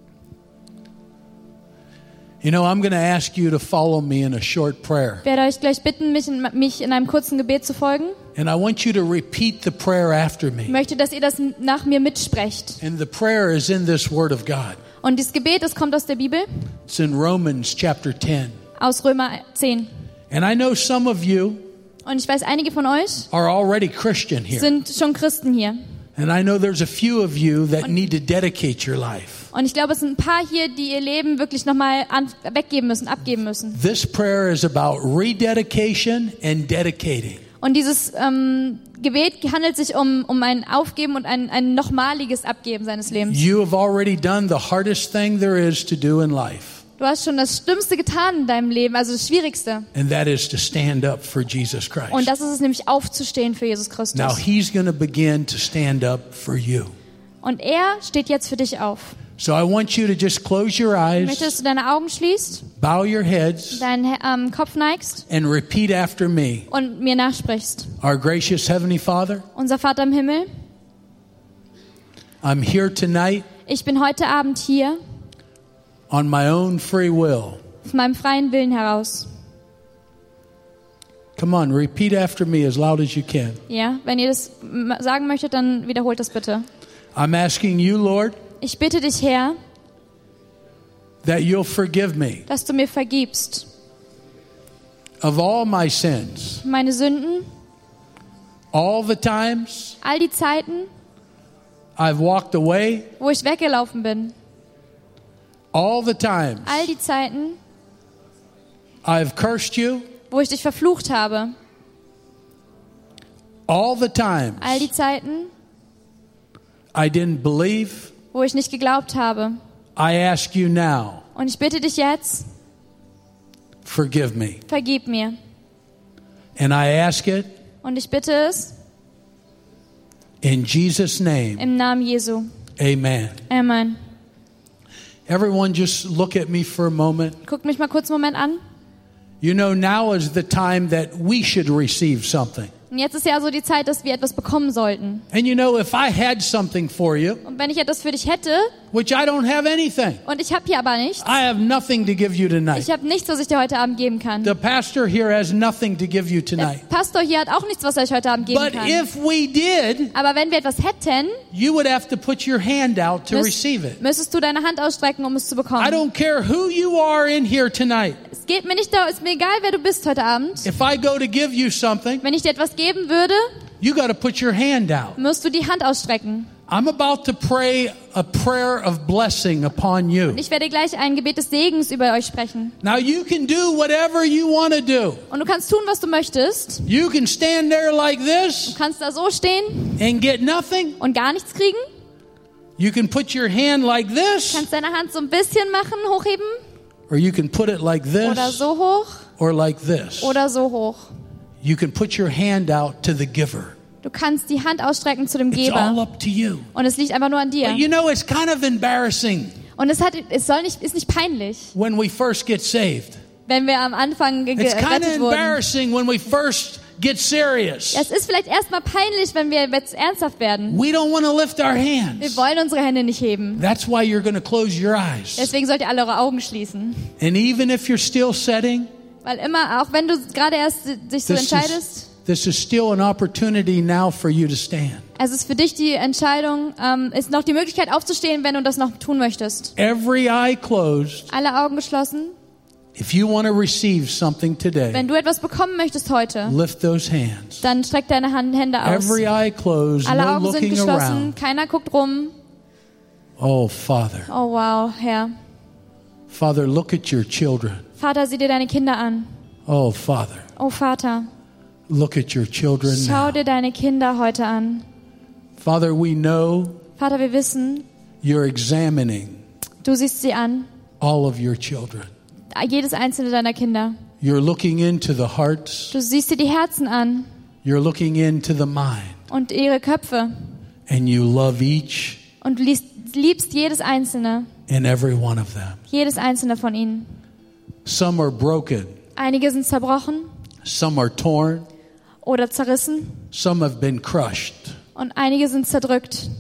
You know, I'm going to ask you to follow me in a short prayer. Ich werde euch gleich bitten, mich in, mich in einem kurzen Gebet zu folgen. And I want you to repeat the prayer after Ich me. möchte, dass ihr das nach mir mitsprecht. And the prayer is in this Word of God. Und dieses Gebet, das kommt aus der Bibel, It's in Romans chapter ten. aus Römer zehn. And I know some of you Und ich weiß, einige von euch are already Christian here. sind schon Christen hier. And I know there's a few of you that need to dedicate your life. Und ich glaube, es sind ein paar hier, die ihr Leben wirklich nochmal weggeben müssen, abgeben müssen. This prayer is about rededication and dedicating. Und dieses ähm, Gebet handelt sich um, um ein Aufgeben und ein, ein nochmaliges Abgeben seines Lebens. You have already done the hardest thing there is to do in life. Du hast schon das Schlimmste getan in deinem Leben, also das Schwierigste. And that is to stand up for Jesus Christ. Und das ist es nämlich, aufzustehen für Jesus Christus. Now he's going to begin to stand up for you. Und er steht jetzt für dich auf. So I want you to just close your Ich möchte, eyes, dass du deine Augen schließt, bow your heads, deinen ähm, Kopf neigst and repeat after me. und mir nachsprichst. Our gracious Heavenly Father, Unser Vater im Himmel, I'm here tonight ich bin heute Abend hier on my own free will. auf meinem freien Willen heraus. Come on, repeat after me as loud as you can. Ja, wenn ihr das m- sagen möchtet, dann wiederholt das bitte. I'm asking you, Lord, Ich bitte dich, Herr, that you'll forgive me dass du mir vergibst of all my sins, meine Sünden, all the times all die Zeiten, I've walked away, wo ich weggelaufen bin, all the times all die Zeiten, I've cursed you, wo ich dich verflucht habe, all the times all die Zeiten, I didn't believe. wo ich nicht geglaubt habe. I ask you now, Und ich bitte dich jetzt, forgive me. vergib mir. And I ask it Und ich bitte es In Jesus' name, Im Namen Jesu. amen. Amen. Everyone just look at me for a moment. Guckt mich mal kurz einen Moment an. You know, now is the time that we should receive something. Und jetzt ist ja so die Zeit, dass wir etwas bekommen sollten. And you know, if I had something for you, Und wenn ich etwas für dich hätte, which I don't have anything, und ich habe hier aber nichts, I have nothing to give you tonight. ich habe nichts, was ich dir heute Abend geben kann. The pastor here has nothing to give you Der tonight. Pastor hier hat auch nichts, was er euch heute Abend geben But kann. if we did, Aber wenn wir etwas hätten, you would have to put your hand out to müsst, receive it. müsstest du deine Hand ausstrecken, um es zu I bekommen. don't care who you are in here tonight. Es geht mir nicht darum, ist mir egal, wer du bist heute Abend. If I go to give you something, Wenn ich dir etwas geben würde, you got to put your hand out. musst du die Hand ausstrecken. I'm about to pray a prayer of blessing upon you. Ich werde gleich ein Gebet des Segens über euch sprechen. Now you can do whatever you want to do. Und du kannst tun, was du möchtest. You can stand there like this Du kannst da so stehen and get nothing. und gar nichts kriegen. You can put your hand like Du this, kannst deine Hand so ein bisschen machen, hochheben. or you can put it like Oder this, so hoch. or like this. Oder so hoch. You can put your hand out to the giver. Du kannst die Hand ausstrecken zu dem It's all Geber. up to you. Und es liegt einfach nur an dir. But you know, it's kind of embarrassing Und es hat, es soll nicht, ist nicht peinlich, when we first get saved. wenn wir am Anfang ge- It's kind of gerettet wurden. embarrassing when we first get serious. Es ist vielleicht erstmal peinlich, wenn wir jetzt ernsthaft werden. We don't want to lift our Wir hands. wollen unsere Hände nicht heben. That's why you're going to close your eyes. Deswegen sollt ihr alle eure Augen schließen. And even if you're still setting, Weil immer, auch wenn du gerade erst dich so this entscheidest, is, this is still an opportunity now for you to stand. es ist für dich die Entscheidung, ähm, ist noch die Möglichkeit aufzustehen, wenn du das noch tun möchtest. Every eye closed. Alle Augen geschlossen. If you want to receive something today, Wenn du etwas bekommen möchtest heute, lift those hands. dann streck deine Hand, Hände aus. Every eye closed, Alle no Augen sind looking geschlossen, around. keiner guckt rum. Oh, Father. Oh wow, Herr. Father, look at your children. Vater, sieh dir deine Kinder an. Oh, Father, Oh Vater, look at your children schau now. dir deine Kinder heute an. Father, we know Vater, wir wissen, you're examining du siehst sie an, all of your children. jedes einzelne deiner Kinder. You're looking into the hearts. Du siehst dir die Herzen an You're looking into the mind. und ihre Köpfe And you love each und du liebst, liebst jedes einzelne, and every one of them. jedes einzelne von ihnen. Some are broken. Einige sind zerbrochen Some are torn. oder zerrissen Some have been crushed. und einige sind zerdrückt.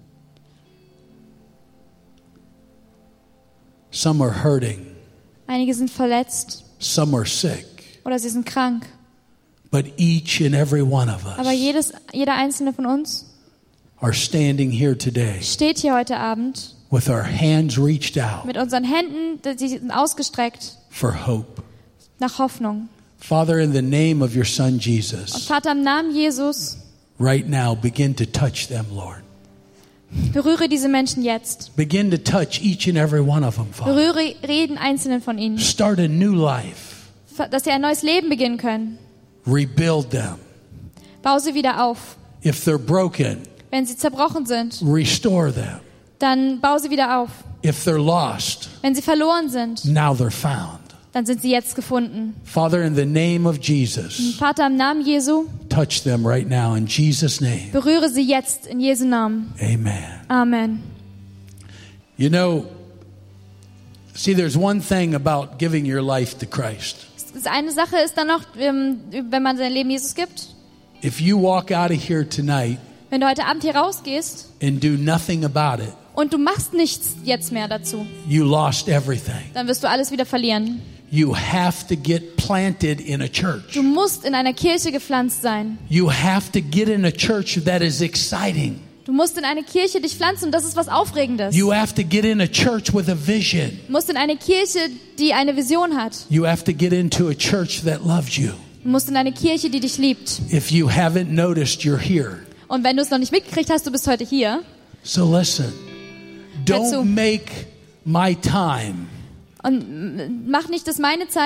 Some are hurting. Einige sind verletzt Some are sick. oder sie sind krank. But each and every one of Aber us jedes, jeder einzelne von uns are standing here today steht hier heute Abend with our hands reached out mit unseren Händen, die sind ausgestreckt for hope. nach Hoffnung. Father, in the name of your Son Und Jesus, Vater, im Namen Jesus, right now, begin to touch them, Lord. berühre diese Menschen jetzt. Begin to touch each and every one of them, Father. Berühre jeden einzelnen von ihnen, Start a new life. dass sie ein neues Leben beginnen können. Rebuild them. Bau sie wieder auf. If they're broken, Wenn sie zerbrochen sind, restore them. dann bau sie wieder auf. If they're lost, Wenn sie verloren sind, now they're found. dann sind sie jetzt gefunden. Father, in the name of Jesus, Vater, im Namen Jesu, touch them right now in Jesus' name. berühre sie jetzt in Jesu Namen. Amen. Amen. You know, see, there's one thing about giving your life to Christ. Eine Sache ist dann noch, ähm, wenn man sein Leben Jesus gibt. If you walk out of here tonight Wenn du heute Abend hier rausgehst and do nothing about it, und du machst nichts jetzt mehr dazu, you lost everything. dann wirst du alles wieder verlieren. You have to get planted in a church. Du musst in einer Kirche gepflanzt sein. You have to get in a church that is exciting. Du musst in eine Kirche dich pflanzen und das ist was Aufregendes. You have to get in a church with a vision. Du musst in eine Kirche, die eine Vision hat. You have to get into a church that loves you. Du musst in eine Kirche, die dich liebt. If you haven't noticed, you're here. Und wenn du es noch nicht mitgekriegt hast, du bist heute hier. So listen, Hör zu. don't make my time Und mach nicht, dass meine Zeit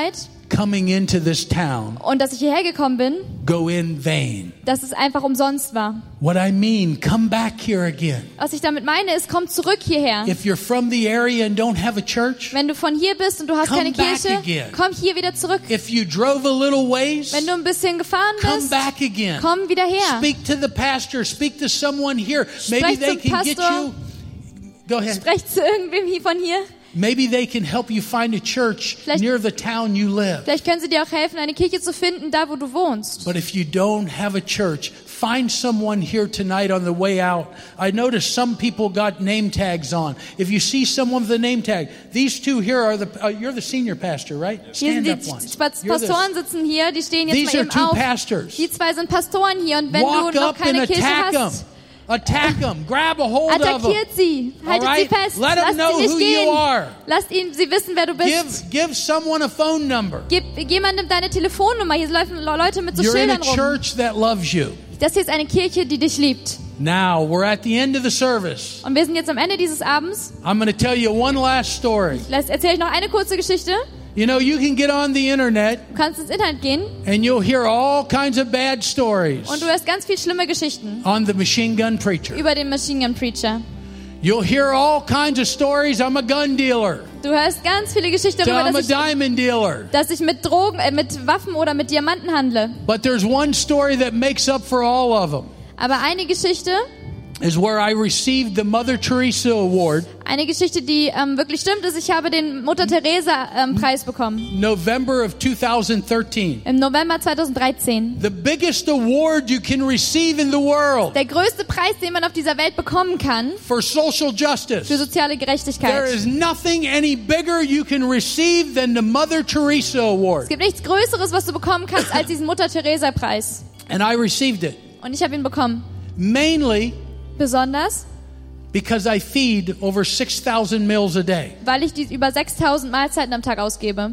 coming into this town Und dass ich hierher gekommen bin, go in vain. dass es einfach umsonst war. What I mean, come back here again. Was ich damit meine, ist, komm zurück hierher. If you're from the area and don't have a church, Wenn du von hier bist und du hast come keine back Kirche, again. komm hier wieder zurück. If you drove a little ways, Wenn du ein bisschen gefahren come bist, back again. komm wieder her. Speak to the pastor, speak to someone here. Maybe Sprech they zum can get Pastor. you. Go ahead. Sprech zu irgendwem hier von hier. Maybe they can help you find a church Vielleicht- near the town you live. Vielleicht können sie dir auch helfen, eine Kirche zu finden, da wo du wohnst. But if you don't have a church, find someone here tonight on the way out. I noticed some people got name tags on. If you see someone with a name tag, these two here are the, uh, you're the senior pastor, right? Hier sind Stand die up once. Spaz- You're this. Pastoren sitzen hier, die stehen jetzt These mal are eben two auf. pastors. Die zwei sind Pastoren hier und wenn Walk du noch up and keine Kirche attack them. hast, Attack them. Grab a hold of them. attackiert sie, haltet All sie right? fest, Let them lasst know sie nicht who gehen. you are. Lasst ihnen sie wissen, wer du bist. Give, give someone a phone number. Gib jemandem deine Telefonnummer. Hier laufen Leute mit so You're in a Schildern rum. church that loves you. Das hier ist eine Kirche, die dich liebt. Now, we're at the end of the service. Und wir sind jetzt am Ende dieses Abends. I'm going to tell you one last story. Lass- Erzähle ich noch eine kurze Geschichte. You know, you can get on the internet Du kannst ins Internet gehen and you'll hear all kinds of bad stories und du hörst ganz viel schlimme Geschichten on the machine gun preacher. über den Machine Gun Preacher. You'll hear all kinds of stories. I'm a gun dealer. Du hörst ganz viele Geschichten darüber, I'm a dass ich, diamond dealer. dass ich mit Drogen, äh, mit Waffen oder mit Diamanten handle. But there's one story that makes up for all of them. Aber eine Geschichte, Is where I received the Mother Teresa Award eine Geschichte, die ähm, wirklich stimmt, ist, ich habe den Mutter Teresa ähm, Preis bekommen. November of two thousand thirteen. Im November zweitausenddreizehn. The biggest award you can receive in the world Der größte Preis, den man auf dieser Welt bekommen kann, for social für justice. soziale There Gerechtigkeit. is nothing any bigger you can receive than the Mother Teresa Es Award. gibt nichts Größeres, was du bekommen kannst, als diesen Mutter Teresa Preis. And I received it Und ich habe ihn bekommen. mainly Besonders, because I feed over six thousand meals a day. weil ich die über sechstausend Mahlzeiten am Tag ausgebe.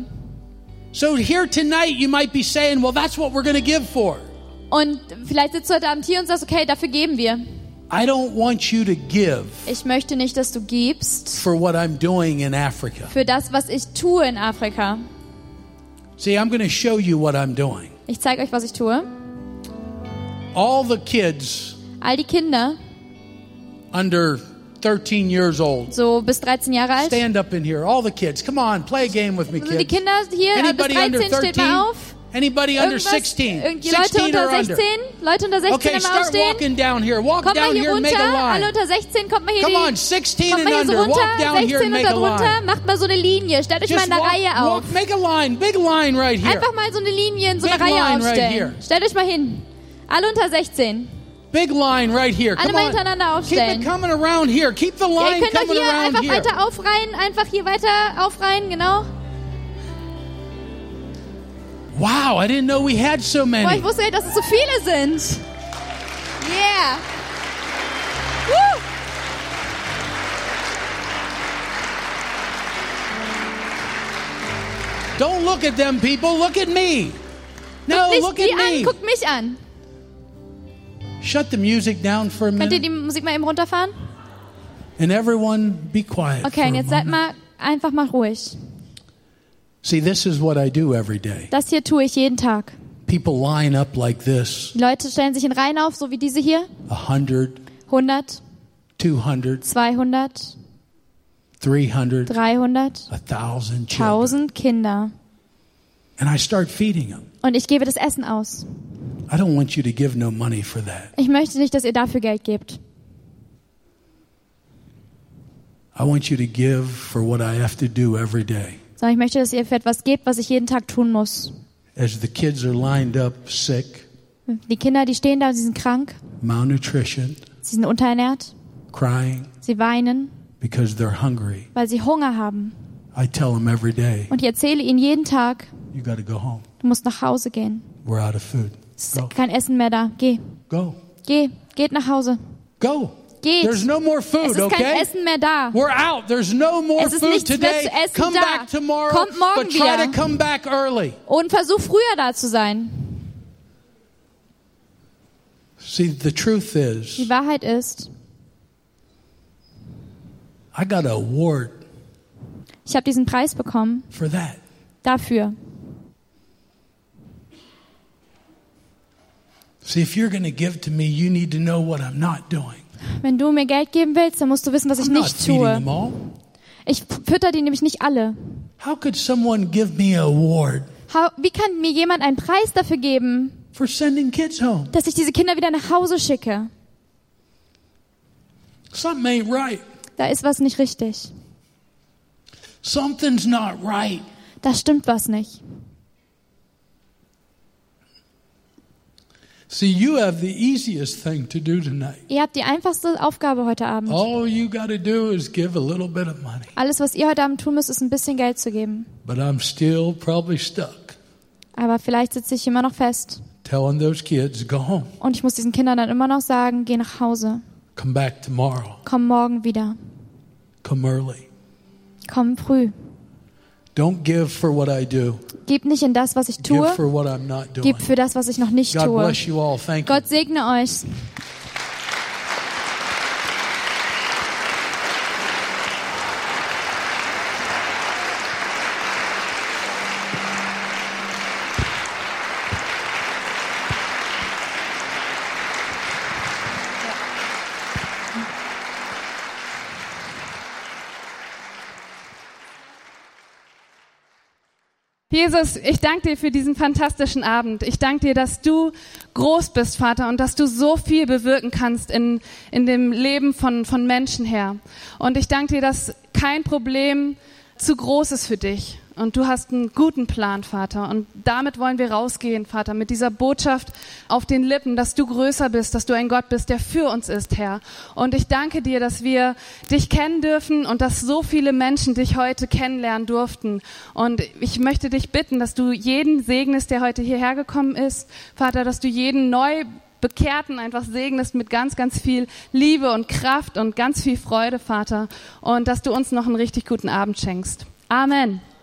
So here tonight you might be saying, well, that's what we're going to give for. Und vielleicht sitzt du heute Abend hier und sagst, okay, dafür geben wir. I don't want you to give Ich möchte nicht, dass du gibst for what I'm doing in Africa. für das, was ich tue in Afrika. See, I'm going to show you what I'm doing. Ich zeige euch, was ich tue. All the kids All die Kinder, under thirteen years old, so bis dreizehn Jahre alt. stand up in here. All the kids, come on, play a game with me, Also die kids. Kinder hier äh, bis Anybody under dreizehn, steht thirteen? mal auf. Anybody under Irgendwas, sixteen? irgendwie Leute sixteen or unter under? sechzehn, Leute unter sechzehn Okay, immer start aufstehen. walking down here. Walk Kommt mal down hier here and make runter, a alle line. unter sechzehn, kommt mal hier, Come die, on, sixteen kommt and mal hier so under. runter, Walk down here sechzehn and und make a darunter, line. macht mal so eine Linie, stellt euch mal in Just einer walk, Reihe auf. walk, make a line, big line right here. Einfach mal so eine Linie in so eine Big Reihe line right aufstellen. here. Stellt euch mal hin. Alle unter sechzehn. Big line right here. Alle Come mal on. hintereinander Keep aufstellen. it coming around here. Keep the Ja, line ihr könnt doch coming hier around einfach here. weiter aufreihen, einfach hier weiter aufreihen, genau. Wow, I didn't know we had so Boah, many. ich wusste nicht, dass es so viele sind. Yeah. Woo. Don't look at them, people. Look at me. No, Guckt look nicht at die an, me. guckt mich an. Shut the music down for a Könnt ihr minute. die Musik mal eben runterfahren? And everyone be quiet for Okay, a und jetzt seid moment. mal einfach mal ruhig. See, this is what I do every day. Das hier tue ich jeden Tag. People line up like this. Die Leute stellen sich in Reihen auf, so wie diese hier. A hundred, hundert, two hundred, zweihundert, three hundred, dreihundert, a thousand children. tausend Kinder. And I start feeding them. Und ich gebe das Essen aus. I don't want you to give no money for that. Ich möchte nicht, dass ihr dafür Geld gebt. I want you to give for what I have to do every day. Sondern ich möchte, dass ihr für etwas gebt, was ich jeden Tag tun muss. As the kids are lined up sick, Die Kinder, die stehen da und sie sind krank. malnutrition, Sie sind unterernährt. crying Sie weinen, because they're hungry, weil sie Hunger haben. I tell them every day, Und ich erzähle ihnen jeden Tag, you got to go home. du musst nach Hause gehen. We're out of food. Es Go. ist kein Essen mehr da. Geh, Go. geh, geht nach Hause. Go. Geht. There's no more Es food, ist kein okay? Essen mehr da. We're out. There's no more Es ist food nichts mehr today. zu essen Come da. back tomorrow, Kommt morgen but try wieder. to come back early. Und versuch früher da zu sein. See, the truth is, Die Wahrheit ist, I got an award ich habe diesen Preis bekommen for that. dafür. See, if you're going to give to me, you need to know what I'm not doing. Wenn du mir Geld geben willst, dann musst du wissen, was ich I'm not nicht feeding tue. them all. Ich fütter die nämlich nicht alle. How could someone give me an award How, wie kann mir jemand einen Preis dafür geben, for sending kids home? dass ich diese Kinder wieder nach Hause schicke? Something ain't right. Da ist was nicht richtig. Something's not right. Da stimmt was nicht. See, you have the easiest thing to do tonight. Ihr habt die einfachste Aufgabe heute Abend. All you got to do is give a little bit of money. Alles, was ihr heute Abend tun müsst, ist ein bisschen Geld zu geben. But I'm still probably stuck Aber vielleicht sitze ich immer noch fest. telling those kids, go home. Und ich muss diesen Kindern dann immer noch sagen, geh nach Hause. Come back tomorrow. Komm morgen wieder. Come early. Komm früh. Don't give for what I do. Gib nicht in das, was ich Give tue. for what I'm not doing. Gib für das, was ich noch nicht God tue. bless you all. Thank you. Gott segne euch. Jesus, ich danke dir für diesen fantastischen Abend. Ich danke dir, dass du groß bist, Vater, und dass du so viel bewirken kannst in, in dem Leben von, von Menschen her. Und ich danke dir, dass kein Problem zu groß ist für dich. Und du hast einen guten Plan, Vater. Und damit wollen wir rausgehen, Vater, mit dieser Botschaft auf den Lippen, dass du größer bist, dass du ein Gott bist, der für uns ist, Herr. Und ich danke dir, dass wir dich kennen dürfen und dass so viele Menschen dich heute kennenlernen durften. Und ich möchte dich bitten, dass du jeden segnest, der heute hierher gekommen ist, Vater, dass du jeden neu Bekehrten einfach segnest mit ganz, ganz viel Liebe und Kraft und ganz viel Freude, Vater. Und dass du uns noch einen richtig guten Abend schenkst. Amen.